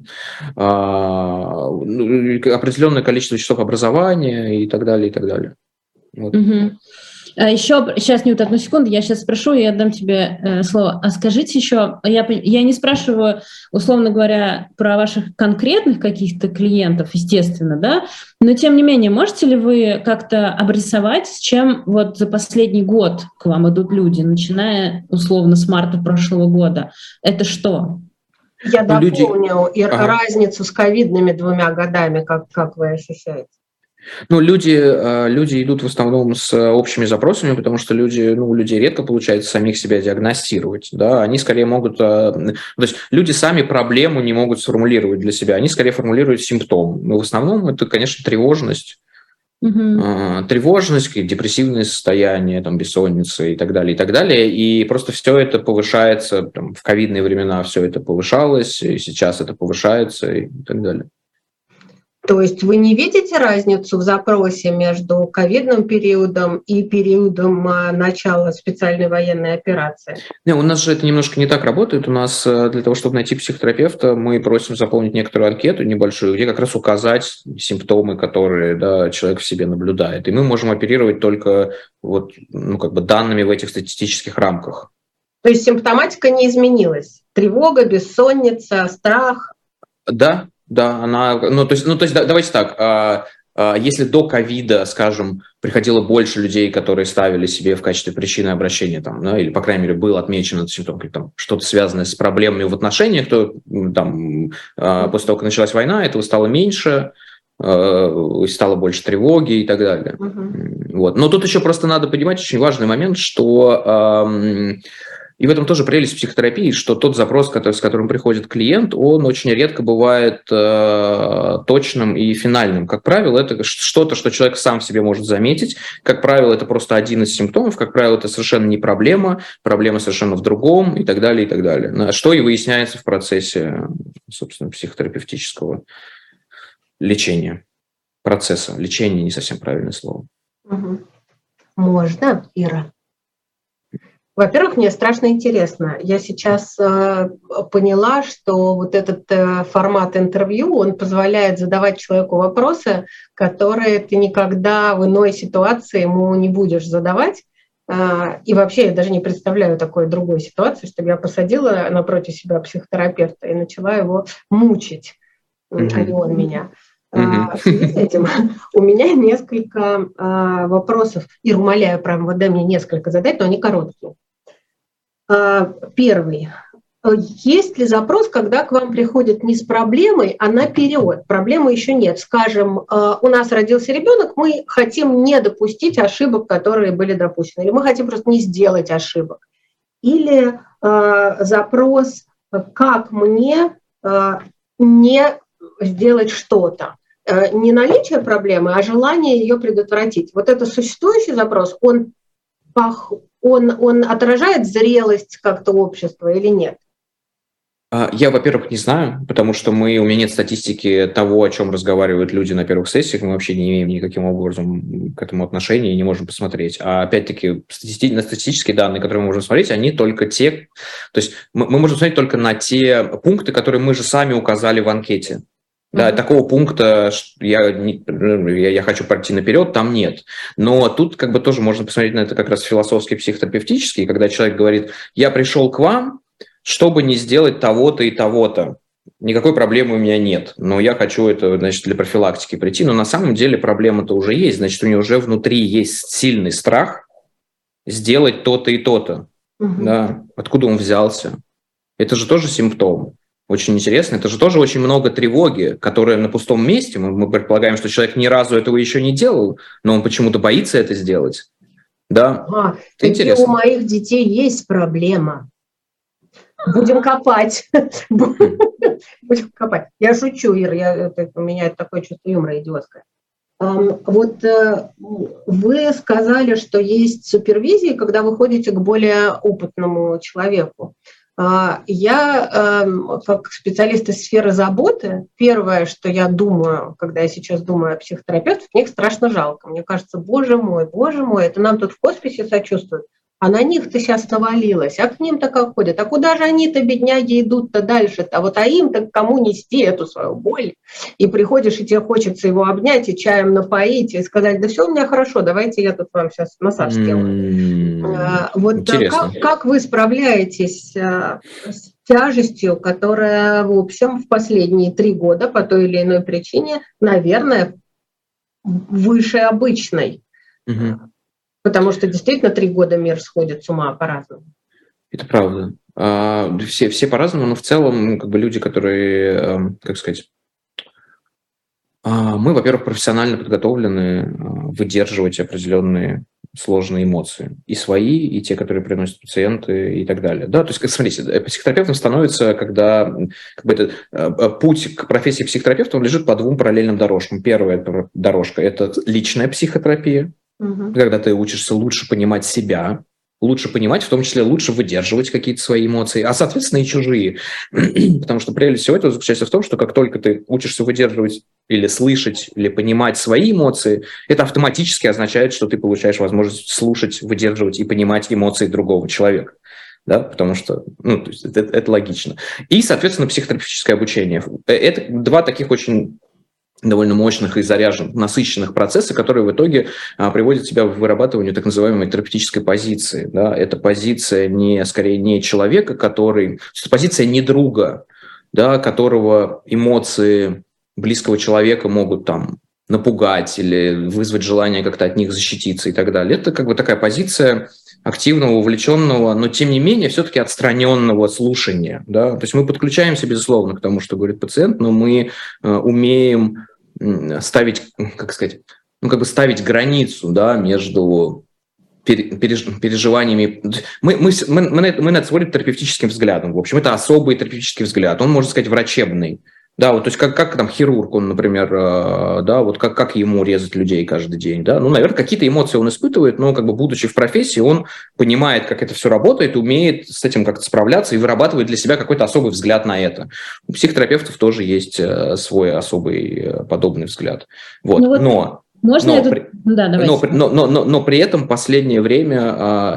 Определенное количество часов образования и так далее, и так далее. Вот. Угу. Еще, сейчас, Нют, одну секунду, я сейчас спрошу и отдам тебе слово. А скажите еще, я не спрашиваю, условно говоря, про ваших конкретных каких-то клиентов, естественно, да, но тем не менее, можете ли вы как-то обрисовать, с чем вот за последний год к вам идут люди, начиная, условно, с марта прошлого года? Это что? Я дополню разницу с ковидными 2 годами, как вы ощущаете? Ну, люди идут в основном с общими запросами, потому что у людей редко получается самих себя диагностировать. Да? Они скорее могут... То есть люди сами проблему не могут сформулировать для себя, они скорее формулируют симптом. Но в основном это, конечно, тревожность. Тревожность, депрессивное состояние, там, бессонница и так далее, и так далее. И просто все это повышается, там, в ковидные времена все это повышалось, и сейчас это повышается и так далее. То есть вы не видите разницу в запросе между ковидным периодом и периодом начала специальной военной операции? У нас же это немножко не так работает. У нас для того, чтобы найти психотерапевта, мы просим заполнить некоторую анкету небольшую, где как раз указать симптомы, которые человек в себе наблюдает. И мы можем оперировать только данными в этих статистических рамках. То есть симптоматика не изменилась? Тревога, бессонница, страх? Да, она, то есть давайте так, если до ковида, скажем, приходило больше людей, которые ставили себе в качестве причины обращения, там, или, по крайней мере, был отмечен этот симптом, там, что-то связанное с проблемами в отношениях, то там, после того, как началась война, этого стало меньше, стало больше тревоги и так далее. Вот. Но тут еще просто надо понимать очень важный момент, что... И в этом тоже прелесть психотерапии, что тот запрос, с которым приходит клиент, он очень редко бывает точным и финальным. Как правило, это что-то, что человек сам в себе может заметить. Как правило, это просто один из симптомов. Как правило, это совершенно не проблема совершенно в другом и так далее, и так далее. Что и выясняется в процессе, собственно, психотерапевтического лечения. Процесса. Лечение не совсем правильное слово. Можно, Ира? Во-первых, мне страшно интересно. Я сейчас поняла, что вот этот формат интервью, он позволяет задавать человеку вопросы, которые ты никогда в иной ситуации ему не будешь задавать. И вообще я даже не представляю такой другой ситуации, чтобы я посадила напротив себя психотерапевта и начала его мучить, а не он меня. В связи с этим у меня несколько вопросов. Ира, умоляю, прям дай мне несколько задать, но они короткие. Первый. Есть ли запрос, когда к вам приходят не с проблемой, а наперед? Проблемы еще нет. Скажем, у нас родился ребенок, мы хотим не допустить ошибок, которые были допущены, или мы хотим просто не сделать ошибок. Или запрос, как мне не сделать что-то. Не наличие проблемы, а желание ее предотвратить. Вот это существующий запрос, он отражает зрелость как-то общества или нет? Я, во-первых, не знаю, потому что у меня нет статистики того, о чем разговаривают люди на первых сессиях, мы вообще не имеем никаким образом к этому отношения и не можем посмотреть. А опять-таки статистические данные, которые мы можем смотреть, они только те... То есть мы можем смотреть только на те пункты, которые мы же сами указали в анкете. Да, такого пункта, я хочу пойти наперед, там нет. Но тут как бы тоже можно посмотреть на это как раз философски, психотерапевтически, когда человек говорит, я пришел к вам, чтобы не сделать того-то и того-то. никакой проблемы у меня нет, но я хочу это, значит, для профилактики прийти. Но на самом деле проблема-то уже есть, значит, у нее уже внутри есть сильный страх сделать то-то и то-то. Да? Откуда он взялся? Это же тоже симптом. Очень интересно. Это же тоже очень много тревоги, которая на пустом месте. Мы предполагаем, что человек ни разу этого еще не делал, но он почему-то боится это сделать. Да, это интересно. У моих детей есть проблема. Будем копать. Будем копать. Я шучу, Ир, у меня такое чувство юмора идиотское. Вот вы сказали, что есть супервизии, когда вы ходите к более опытному человеку. Я, как специалист из сферы заботы, первое, что я думаю, когда я сейчас думаю о психотерапевтах, мне их страшно жалко. Мне кажется, боже мой, это нам тут в хосписе сочувствуют, а на них-то сейчас навалилось, а к ним-то как ходят, а куда же они-то, бедняги, идут-то дальше-то, а им-то кому нести эту свою боль? И приходишь, и тебе хочется его обнять, и чаем напоить, и сказать, да все у меня хорошо, давайте я тут вам сейчас массаж сделаю. Вот как вы справляетесь с тяжестью, которая, в общем, в последние 3 года по той или иной причине, наверное, выше обычной? Потому что действительно 3 года мир сходит с ума по-разному. Это правда. Все по-разному, но в целом люди, которые, мы, во-первых, профессионально подготовлены выдерживать определенные сложные эмоции. И свои, и те, которые приносят пациенты, и так далее. Да, то есть, смотрите, психотерапевтом становится, когда путь к профессии психотерапевта, он лежит по 2 параллельным дорожкам. Первая дорожка – это личная психотерапия, когда ты учишься лучше понимать себя, лучше понимать, в том числе лучше выдерживать какие-то свои эмоции, а, соответственно, и чужие. Потому что прелесть всего этого заключается в том, что как только ты учишься выдерживать или слышать, или понимать свои эмоции, это автоматически означает, что ты получаешь возможность слушать, выдерживать и понимать эмоции другого человека. Да, потому что то есть это логично. И, соответственно, психотерапевтическое обучение. Это 2 таких очень довольно мощных и заряженных, насыщенных процесса, которые в итоге приводят тебя к вырабатыванию так называемой терапевтической позиции. Да? Это позиция скорее не человека, это позиция не друга, да, которого эмоции близкого человека могут напугать или вызвать желание как-то от них защититься и так далее. Это такая позиция активного, увлеченного, но тем не менее все-таки отстраненного слушания. Да? То есть мы подключаемся, безусловно, к тому, что говорит пациент, но мы умеем ставить, ставить границу, да, между переживаниями. Мы на это смотрим терапевтическим взглядом. В общем, это особый терапевтический взгляд. Он, можно сказать, врачебный. Да, вот, то есть как хирург, он, например, да, вот как ему резать людей каждый день, да, наверное, какие-то эмоции он испытывает, но будучи в профессии, он понимает, как это все работает, умеет с этим как-то справляться и вырабатывает для себя какой-то особый взгляд на это. У психотерапевтов тоже есть свой особый подобный взгляд. Вот, Можно но при этом последнее время,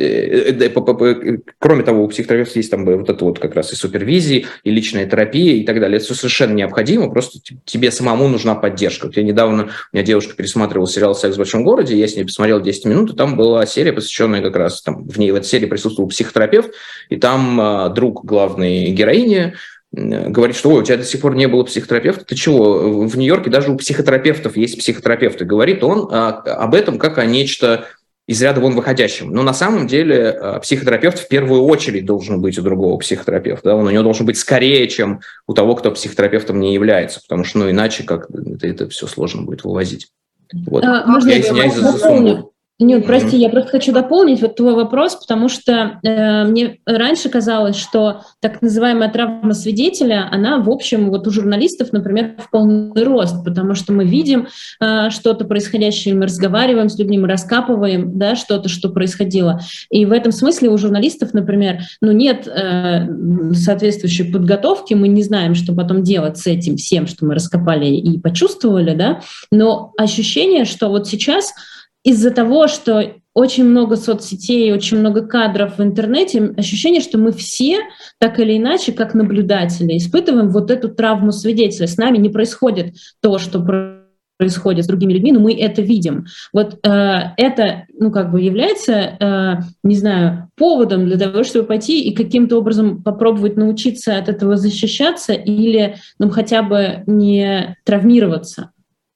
кроме того, у психотерапевтов есть вот это вот как раз и супервизии, и личная терапия и так далее. Это все совершенно необходимо, просто тебе самому нужна поддержка. Вот у меня девушка пересматривала сериал «Секс в большом городе», я с ней посмотрел 10 минут, и там была серия, посвященная как раз, в этой серии присутствовал психотерапевт, и там друг главной героини говорит, что у тебя до сих пор не было психотерапевта, ты чего? В Нью-Йорке даже у психотерапевтов есть психотерапевты. Говорит он об этом как о нечто из ряда вон выходящем. Но на самом деле психотерапевт в первую очередь должен быть у другого психотерапевта. Да? Он у него должен быть скорее, чем у того, кто психотерапевтом не является, потому что иначе это все сложно будет вывозить. Вот. Можно я извиняюсь за сумму. Нет, прости, я просто хочу дополнить твой вопрос, потому что мне раньше казалось, что так называемая травма свидетеля, она, в общем, у журналистов, например, в полный рост, потому что мы видим что-то происходящее, мы разговариваем с людьми, мы раскапываем, да, что-то, что происходило. И в этом смысле у журналистов, например, нет соответствующей подготовки, мы не знаем, что потом делать с этим всем, что мы раскопали и почувствовали, да, но ощущение, что вот сейчас из-за того, что очень много соцсетей, очень много кадров в интернете, ощущение, что мы все, так или иначе, как наблюдатели, испытываем вот эту травму свидетеля. С нами не происходит то, что происходит с другими людьми, но мы это видим. Вот это, является, не знаю, поводом для того, чтобы пойти и каким-то образом попробовать научиться от этого защищаться или, хотя бы не травмироваться.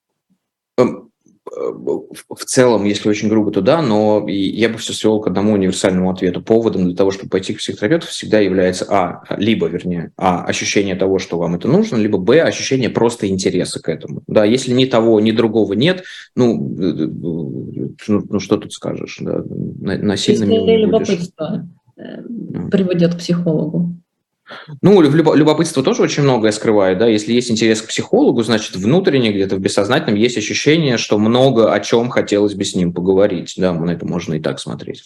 В целом, если очень грубо, то да, но я бы все свел к одному универсальному ответу. Поводом для того, чтобы пойти к психотерапевту, всегда является ощущение того, что вам это нужно, либо ощущение просто интереса к этому. Да, если ни того, ни другого нет, что тут скажешь? Да, насильно милым не будешь. Любопытство приводит к психологу. Любопытство тоже очень многое скрывает, да. Если есть интерес к психологу, значит, внутренне, где-то в бессознательном есть ощущение, что много о чем хотелось бы с ним поговорить. Да, на это можно и так смотреть.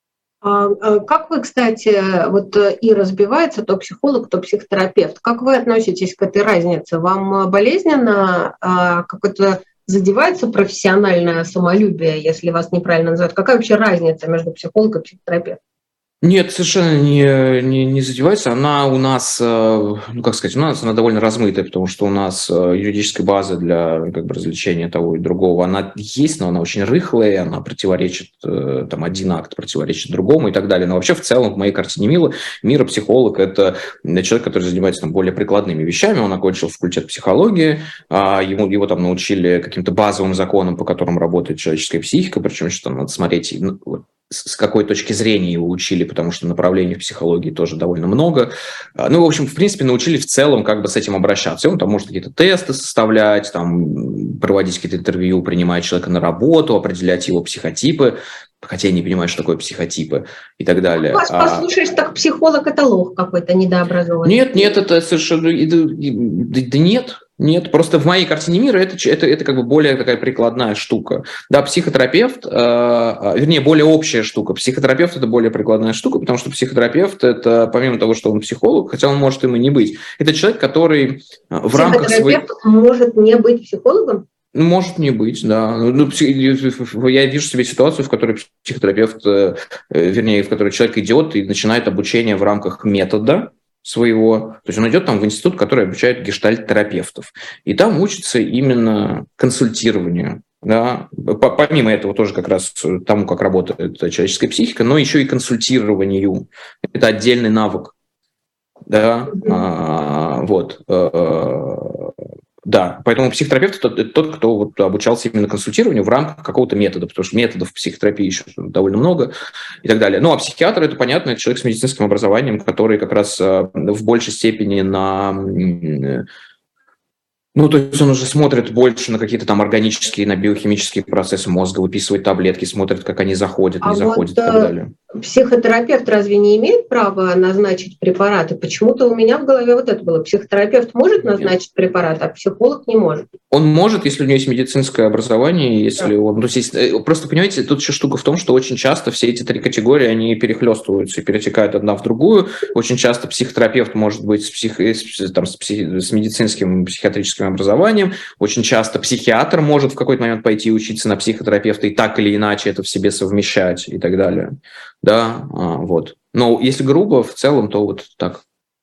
Как вы, кстати, и разбивается то психолог, то психотерапевт. Как вы относитесь к этой разнице? Вам болезненно как-то задевается профессиональное самолюбие, если вас неправильно называют? Какая вообще разница между психологом и психотерапевтом? Нет, совершенно не задевается. Она у нас, у нас она довольно размытая, потому что у нас юридическая база для развлечения того и другого, она есть, но она очень рыхлая, она противоречит, один акт противоречит другому и так далее. Но вообще в целом в моей картине мира психолог – это человек, который занимается более прикладными вещами. Он окончил факультет психологии, его там научили каким-то базовым законам, по которым работает человеческая психика, причем что надо смотреть, с какой точки зрения его учили, потому что направлений в психологии тоже довольно много. В общем, в принципе, научили в целом с этим обращаться. И он там может какие-то тесты составлять, проводить какие-то интервью, принимать человека на работу, определять его психотипы, хотя я не понимаю, что такое психотипы и так далее. Послушаешь, так психолог – это лох какой-то недообразованный. Нет, это совершенно... Да нет. Нет, просто в моей картине мира это более такая прикладная штука. Да, психотерапевт, более общая штука. Психотерапевт – это более прикладная штука, потому что психотерапевт – это, помимо того, что он психолог, хотя он может им и не быть, это человек, который в рамках своих... Психотерапевт может не быть психологом? Может не быть, да. Я вижу себе ситуацию, в которой психотерапевт, в которой человек идет и начинает обучение в рамках метода своего. То есть он идет в институт, который обучает гештальт-терапевтов. И там учится именно консультированию. Да. Помимо этого тоже как раз тому, как работает человеческая психика, но еще и консультированию. Это отдельный навык. Да. Да, поэтому психотерапевт – это тот, кто обучался именно консультированию в рамках какого-то метода, потому что методов в психотерапии еще довольно много и так далее. А психиатр – это, понятно, это человек с медицинским образованием, который как раз в большей степени то есть он уже смотрит больше на какие-то органические, на биохимические процессы мозга, выписывает таблетки, смотрит, как они заходят, не заходят и так далее. Психотерапевт разве не имеет права назначить препараты? Почему-то у меня в голове это было. Психотерапевт может назначить препарат, а психолог не может. Он может, если у него есть медицинское образование, если он... Просто, понимаете, тут еще штука в том, что очень часто все эти три категории, они перехлестываются и перетекают одна в другую. Очень часто психотерапевт может быть с медицинским, психиатрическим образованием. Очень часто психиатр может в какой-то момент пойти учиться на психотерапевта и так или иначе это в себе совмещать и так далее. Да, Но если грубо, в целом, то так.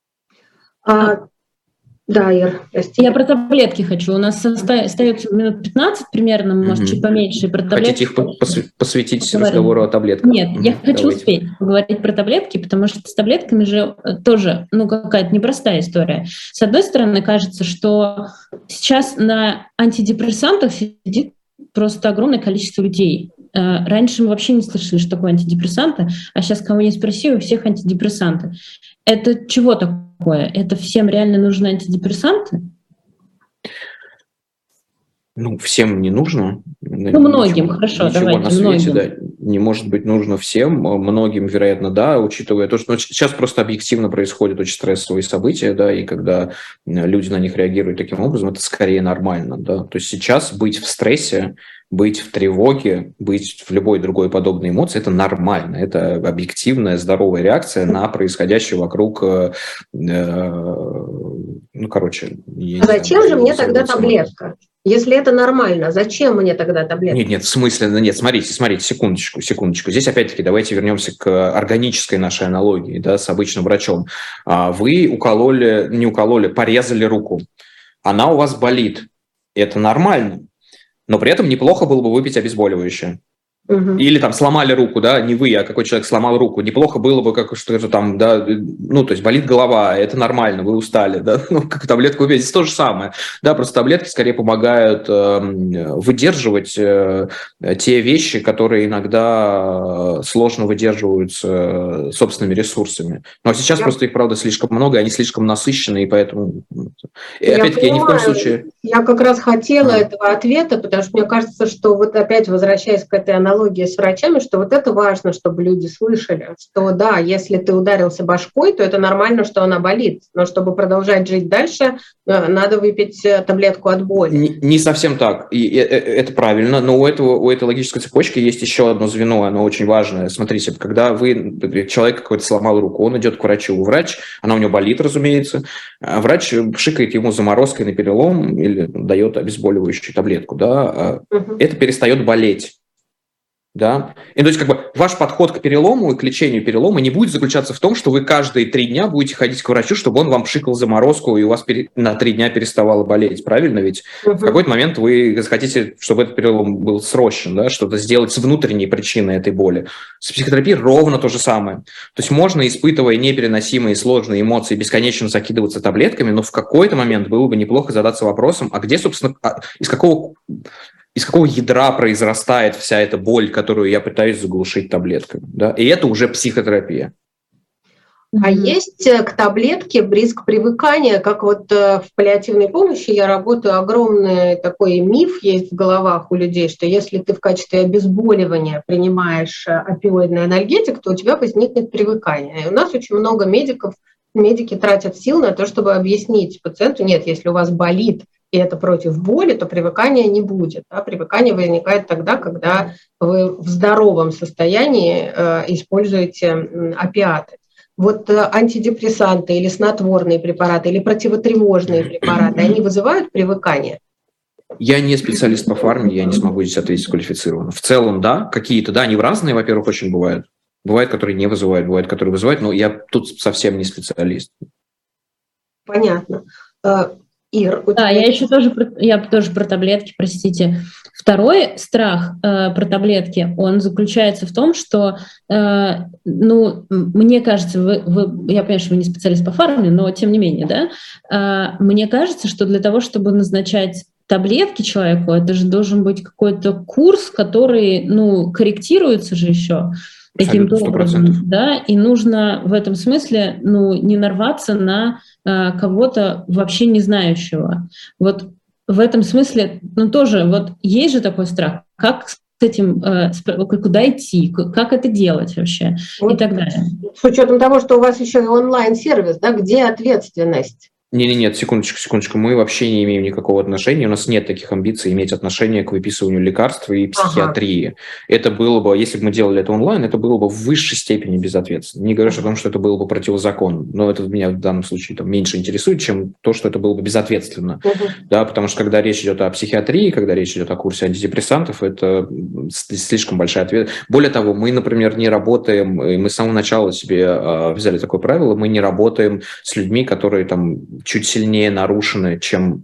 Да, Ир, прости. Я про таблетки хочу. У нас остается минут 15 примерно, может, чуть поменьше. Про таблетки. Хотите их посвятить разговору о таблетках? Нет, я хочу успеть поговорить про таблетки, потому что с таблетками же тоже какая-то непростая история. С одной стороны, кажется, что сейчас на антидепрессантах сидит просто огромное количество людей. Раньше мы вообще не слышали, что такое антидепрессанты, а сейчас, кого не спроси, у всех антидепрессанты. Это чего такое? Это всем реально нужны антидепрессанты? Всем не нужно. Многим, хорошо, давайте, на свете, многим. Не может быть нужно всем, многим, вероятно, да, учитывая то, что сейчас просто объективно происходят очень стрессовые события, да, и когда люди на них реагируют таким образом, это скорее нормально, да. То есть сейчас быть в стрессе, быть в тревоге, быть в любой другой подобной эмоции – это нормально. Это объективная, здоровая реакция на происходящее вокруг. Зачем же мне тогда таблетка? Если это нормально, зачем мне тогда таблетка? Нет, в смысле, нет, смотрите, секундочку. Здесь опять-таки давайте вернемся к органической нашей аналогии, да, с обычным врачом. Вы порезали руку, она у вас болит, это нормально. но при этом неплохо было бы выпить обезболивающее. Или там сломали руку, да, не вы, а какой человек сломал руку. Неплохо было бы, как что-то там, да, ну, то есть болит голова, это нормально, вы устали, да, ну, как таблетку выпить, здесь то же самое. Да, просто таблетки скорее помогают выдерживать те вещи, которые иногда сложно выдерживаются собственными ресурсами. Но сейчас просто их, правда, слишком много, и они слишком насыщены, и поэтому... И опять-таки, я ни в коем случае... Я как раз хотела этого ответа, потому что мне кажется, что вот опять возвращаясь к этой аналогии с врачами, что вот это важно, чтобы люди слышали, что да, если ты ударился башкой, то это нормально, что она болит, но чтобы продолжать жить дальше, надо выпить таблетку от боли. Не совсем так, и это правильно, но у этой логической цепочки есть еще одно звено, оно очень важное. Смотрите, когда человек какой-то сломал руку, он идет к врачу, врач, она у него болит, разумеется, врач пшикает ему заморозкой на перелом или дает обезболивающую таблетку, да, это перестает болеть. Да? И то есть, как бы, ваш подход к перелому и к лечению перелома не будет заключаться в том, что вы каждые 3 дня будете ходить к врачу, чтобы он вам пшикал заморозку, и у вас на 3 дня переставало болеть. Правильно ведь? В какой-то момент вы захотите, чтобы этот перелом был срощен, да? Что-то сделать с внутренней причиной этой боли. С психотерапией ровно то же самое. То есть можно, испытывая непереносимые сложные эмоции, бесконечно закидываться таблетками, но в какой-то момент было бы неплохо задаться вопросом, а где, собственно, из какого ядра произрастает вся эта боль, которую я пытаюсь заглушить таблетками. Да? И это уже психотерапия. А есть к таблетке риск привыкания, как вот в паллиативной помощи я работаю, огромный такой миф есть в головах у людей, что если ты в качестве обезболивания принимаешь опиоидный анальгетик, то у тебя возникнет привыкание. И у нас очень много медики тратят сил на то, чтобы объяснить пациенту, нет, если у вас болит, и это против боли, то привыкания не будет. Да? Привыкание возникает тогда, когда вы в здоровом состоянии используете опиаты. Вот антидепрессанты или снотворные препараты, или противотревожные препараты, они вызывают привыкание? Я не специалист по фарме, я не смогу здесь ответить квалифицированно. В целом, да, какие-то, да, они разные, во-первых, очень бывают. Бывают, которые не вызывают, бывают, которые вызывают, но я тут совсем не специалист. Понятно. Ир, да, я тоже про таблетки, простите. Второй страх про таблетки, он заключается в том, что, мне кажется, я понимаю, что вы не специалист по фарме, но тем не менее, да, мне кажется, что для того, чтобы назначать таблетки человеку, это же должен быть какой-то курс, который, корректируется же еще каким-то образом, да, и нужно в этом смысле, не нарваться на кого-то вообще не знающего. Вот в этом смысле, тоже, вот есть же такой страх, как с этим, куда идти, как это делать вообще, и так далее. С учетом того, что у вас еще и онлайн-сервис, да, где ответственность? Нет, секундочку, мы вообще не имеем никакого отношения, у нас нет таких амбиций иметь отношение к выписыванию лекарств и психиатрии. Это было бы, если бы мы делали это онлайн, это было бы в высшей степени безответственно. Не говорю о том, что это было бы противозаконно, но это меня в данном случае меньше интересует, чем то, что это было бы безответственно. Да, потому что когда речь идет о психиатрии, когда речь идет о курсе антидепрессантов, это слишком большая ответственность. Более того, мы, например, не работаем, и мы с самого начала себе взяли такое правило, мы не работаем с людьми, которые чуть сильнее нарушены, чем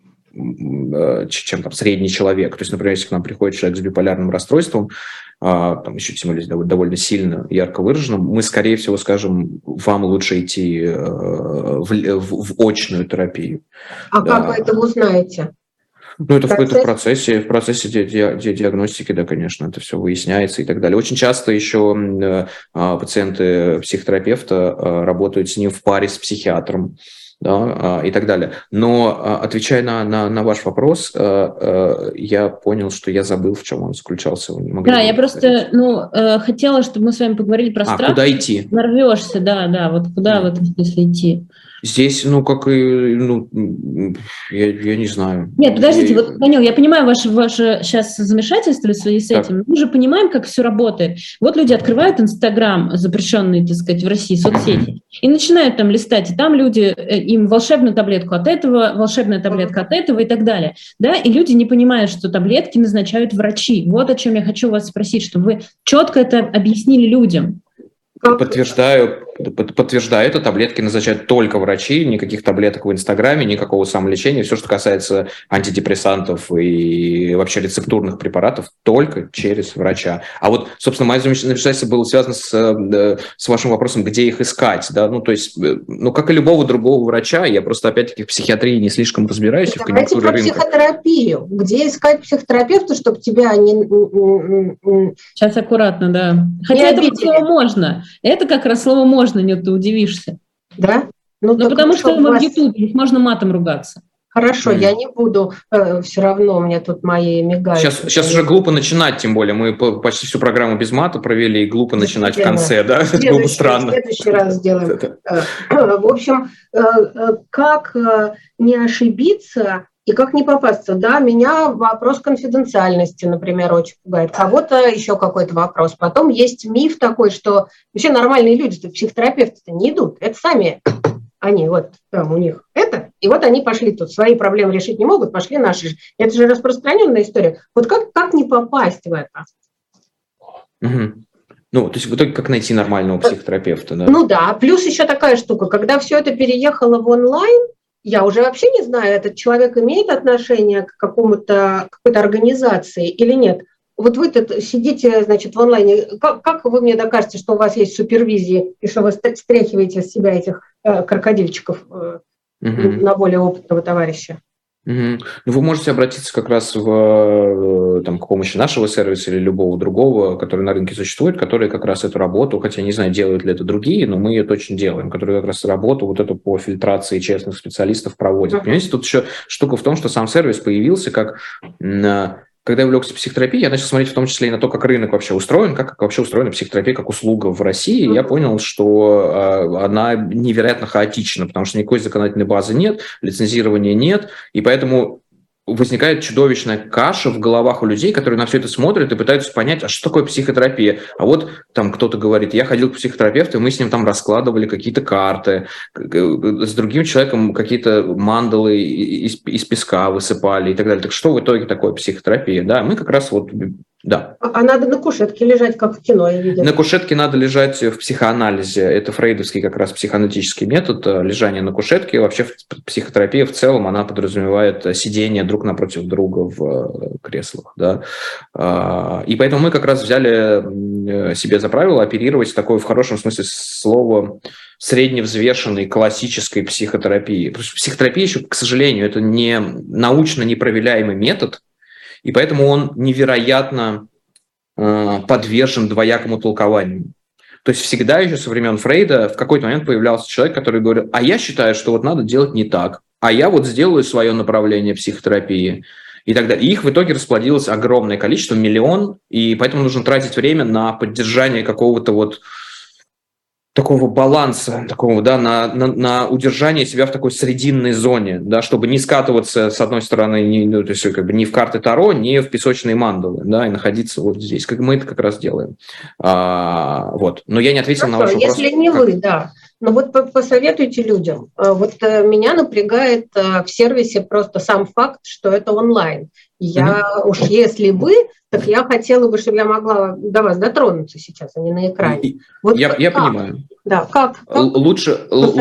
средний человек. То есть, например, если к нам приходит человек с биполярным расстройством, еще тем более довольно сильно, ярко выраженным, мы, скорее всего, скажем, вам лучше идти в очную терапию. А как вы это узнаете? Это в процессе диагностики, да, конечно, это все выясняется и так далее. Очень часто еще пациенты психотерапевта работают с ним в паре с психиатром. Да, и так далее. Но, отвечая на ваш вопрос, я понял, что я забыл, в чем он заключался. Да, я просто хотела, чтобы мы с вами поговорили про страх. Куда идти? Нарвешься, да, вот куда в этом смысле идти? Здесь, я не знаю. Нет, подождите, вот понял, я понимаю ваше сейчас замешательство в связи с этим. Мы же понимаем, как все работает. Вот люди открывают Инстаграм, запрещенный, так сказать, в России соцсети, и начинают там листать, и там люди, им волшебную таблетку от этого, волшебная таблетка от этого и так далее. Да? И люди не понимают, что таблетки назначают врачи. Вот о чем я хочу вас спросить, чтобы вы четко это объяснили людям. Подтверждаю Подтверждаю, это таблетки назначают только врачи, никаких таблеток в Инстаграме, никакого самолечения. Все, что касается антидепрессантов и вообще рецептурных препаратов, только через врача. А вот, собственно, мое замечательство было связано с вашим вопросом, где их искать. Да? Ну, то есть, как и любого другого врача, я просто, опять-таки, в психиатрии не слишком разбираюсь. Давайте про психотерапию. Где искать психотерапевта, чтобы тебя не... Сейчас аккуратно, да. Хотя это слово «можно». Это как раз слово «можно», нет, ты удивишься. Да? Потому что в Ютубе можно матом ругаться. Хорошо, я не буду, все равно у меня тут мои мигают. Сейчас уже глупо начинать, тем более. Мы почти всю программу без мата провели, и глупо начинать в конце, да? Глупо странно. В следующий раз сделаем. В общем, как не ошибиться и как не попасться? Да, меня вопрос конфиденциальности, например, очень пугает. Кого-то еще какой-то вопрос. Потом есть миф такой, что вообще нормальные люди, психотерапевты-то не идут. Это сами они, вот там у них это, и вот они пошли тут, свои проблемы решить не могут, пошли наши. Это же распространенная история. Вот как не попасть в это? То есть в итоге как найти нормального психотерапевта? Да? Ну да, плюс еще такая штука, когда все это переехало в онлайн, я уже вообще не знаю, этот человек имеет отношение к какой-то организации или нет. Вот вы тут сидите, значит, в онлайне. Как вы мне докажете, что у вас есть супервизия и что вы стряхиваете с себя этих крокодильчиков на более опытного товарища? Вы можете обратиться как раз к помощи нашего сервиса или любого другого, который на рынке существует, который как раз эту работу, хотя не знаю, делают ли это другие, но мы ее точно делаем, которые как раз работу вот эту по фильтрации честных специалистов проводят. Понимаете, тут еще штука в том, что сам сервис появился как... Когда я увлекся психотерапией, я начал смотреть в том числе и на то, как рынок вообще устроен, как вообще устроена психотерапия как услуга в России. И я понял, что она невероятно хаотична, потому что никакой законодательной базы нет, лицензирования нет, и поэтому возникает чудовищная каша в головах у людей, которые на все это смотрят и пытаются понять, а что такое психотерапия. А вот там кто-то говорит, я ходил к психотерапевту, и мы с ним там раскладывали какие-то карты, с другим человеком какие-то мандалы из песка высыпали и так далее. Так что в итоге такое психотерапия? Да, мы как раз вот... Да. А надо на кушетке лежать, как в кино, я видела. На кушетке надо лежать в психоанализе. Это фрейдовский как раз психоаналитический метод лежания на кушетке. Вообще психотерапия в целом, она подразумевает сидение друг напротив друга в креслах. Да? И поэтому мы как раз взяли себе за правило оперировать такой, в хорошем смысле слова, средневзвешенной классической психотерапии. Потому что психотерапия еще, к сожалению, это не научно непроверяемый метод, и поэтому он невероятно подвержен двоякому толкованию. То есть всегда еще со времен Фрейда в какой-то момент появлялся человек, который говорил, а я считаю, что вот надо делать не так, а я вот сделаю свое направление психотерапии. И так далее. И их в итоге расплодилось огромное количество, 1 миллион, и поэтому нужно тратить время на поддержание какого-то вот такого баланса, такого, да, на удержание себя в такой срединной зоне, да, чтобы не скатываться, с одной стороны, то есть как бы ни в карты Таро, ни в песочные мандалы, да, и находиться вот здесь. Как мы это как раз делаем. Вот. Но я не ответил на ваш вопрос. Если не вы, да. Но вот посоветуйте людям. Вот меня напрягает в сервисе просто сам факт, что это онлайн. Уж если бы, так я хотела бы, чтобы я могла до вас дотронуться сейчас, а не на экране. Вот я понимаю. Да, как? Лучше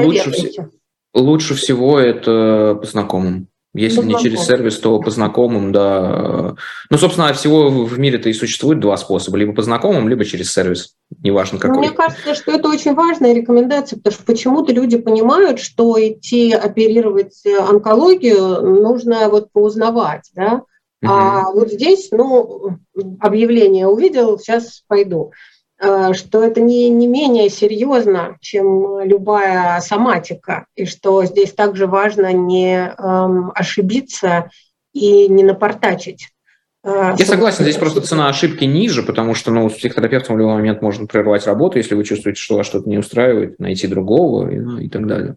всего это по знакомым. Если не через сервис, то по знакомым, да. Ну, собственно, всего в мире-то и существует 2 способа. Либо по знакомым, либо через сервис. Неважно какой. Мне кажется, что это очень важная рекомендация, потому что почему-то люди понимают, что идти оперировать онкологию нужно вот поузнавать, да. А вот здесь, объявление увидел, сейчас пойду. Что это не менее серьезно, чем любая соматика, и что здесь также важно не ошибиться и не напортачить. Я согласен, здесь просто цена ошибки ниже, потому что с психотерапевтом в любой момент можно прервать работу, если вы чувствуете, что вас что-то не устраивает, найти другого и так далее.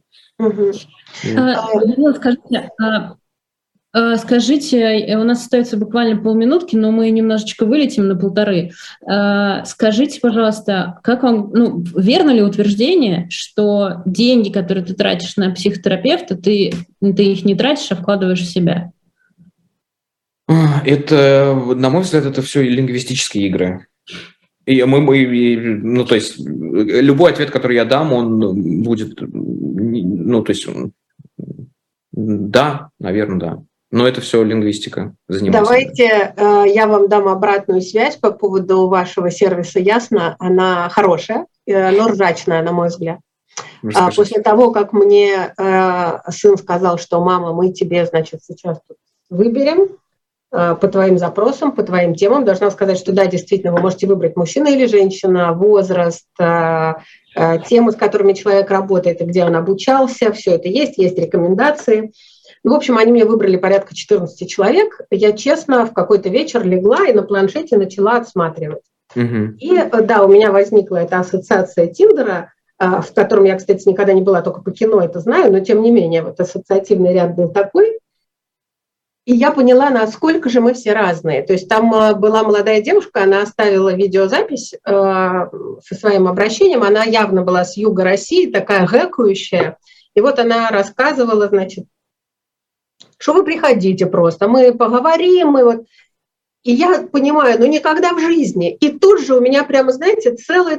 Скажите, у нас остается буквально полминутки, но мы немножечко вылетим на 1,5. Скажите, пожалуйста, как вам, верно ли утверждение, что деньги, которые ты тратишь на психотерапевта, ты их не тратишь, а вкладываешь в себя? Это, на мой взгляд, это все лингвистические игры. То есть любой ответ, который я дам, он будет, да, наверное, да. Но это все лингвистика. Давайте я вам дам обратную связь по поводу вашего сервиса «Ясно». Она хорошая, но ржачная, на мой взгляд. После того, как мне сын сказал, что «мама, мы тебе, значит, сейчас тут выберем по твоим запросам, по твоим темам», должна сказать, что да, действительно, вы можете выбрать мужчина или женщина, возраст, темы, с которыми человек работает и где он обучался, все это есть рекомендации. В общем, они мне выбрали порядка 14 человек. Я честно в какой-то вечер легла и на планшете начала отсматривать. И да, у меня возникла эта ассоциация Тиндера, в котором я, кстати, никогда не была, только по кино это знаю, но тем не менее вот ассоциативный ряд был такой. И я поняла, насколько же мы все разные. То есть там была молодая девушка, она оставила видеозапись со своим обращением, она явно была с юга России, такая гэкающая. И вот она рассказывала, значит, что вы приходите просто, мы поговорим, мы вот... И я понимаю, никогда в жизни. И тут же у меня прямо, знаете, целая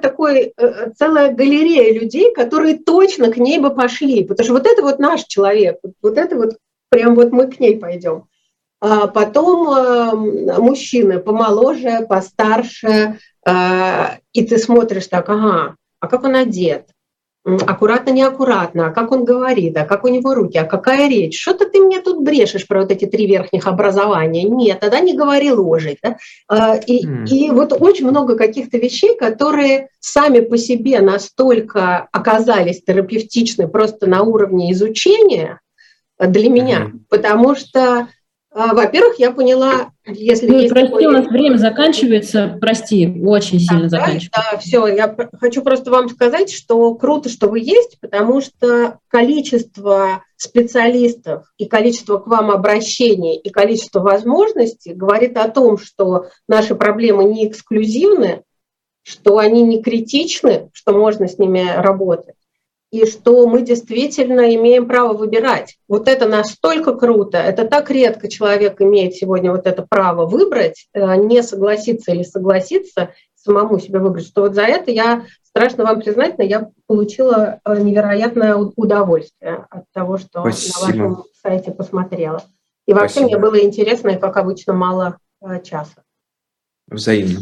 галерея людей, которые точно к ней бы пошли. Потому что вот это вот наш человек, вот это вот прям вот мы к ней пойдем. А потом мужчины помоложе, постарше, и ты смотришь так, ага, а как он одет? Аккуратно, неаккуратно, а как он говорит, а как у него руки, а какая речь. Что-то ты мне тут брешешь про вот эти 3 верхних образования. Нет, тогда не говори ложить. Да? И вот очень много каких-то вещей, которые сами по себе настолько оказались терапевтичны просто на уровне изучения для меня, потому что, во-первых, я поняла, если есть... Прости, у нас время заканчивается, прости, очень сильно заканчивается. Да, все, я хочу просто вам сказать, что круто, что вы есть, потому что количество специалистов и количество к вам обращений и количество возможностей говорит о том, что наши проблемы не эксклюзивны, что они не критичны, что можно с ними работать. И что мы действительно имеем право выбирать. Вот это настолько круто, это так редко человек имеет сегодня вот это право выбрать, не согласиться или согласиться, самому себе выбрать, что вот за это я, страшно вам признательна, я получила невероятное удовольствие от того, что Спасибо. на вашем сайте посмотрела. И вообще мне было интересно, и, как обычно, мало часа. Взаимно.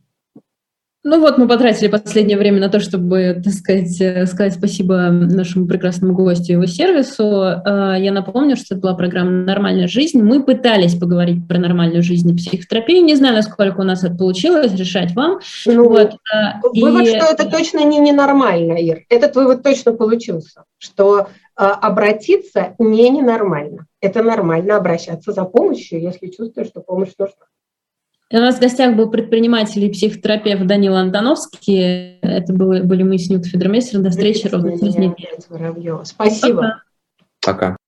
Мы потратили последнее время на то, чтобы, так сказать спасибо нашему прекрасному гостю и его сервису. Я напомню, что это была программа «Нормальная жизнь». Мы пытались поговорить про нормальную жизнь и психотерапию. Не знаю, насколько у нас это получилось, решать вам. Вывод, что это точно не ненормально, Ир. Этот вывод точно получился, что обратиться не ненормально. Это нормально обращаться за помощью, если чувствуешь, что помощь нужна. У нас в гостях был предприниматель и психотерапевт Данила Антоновский. Это были мы с Нютой Федермейстером. До встречи ровно через неделю. Спасибо. Пока.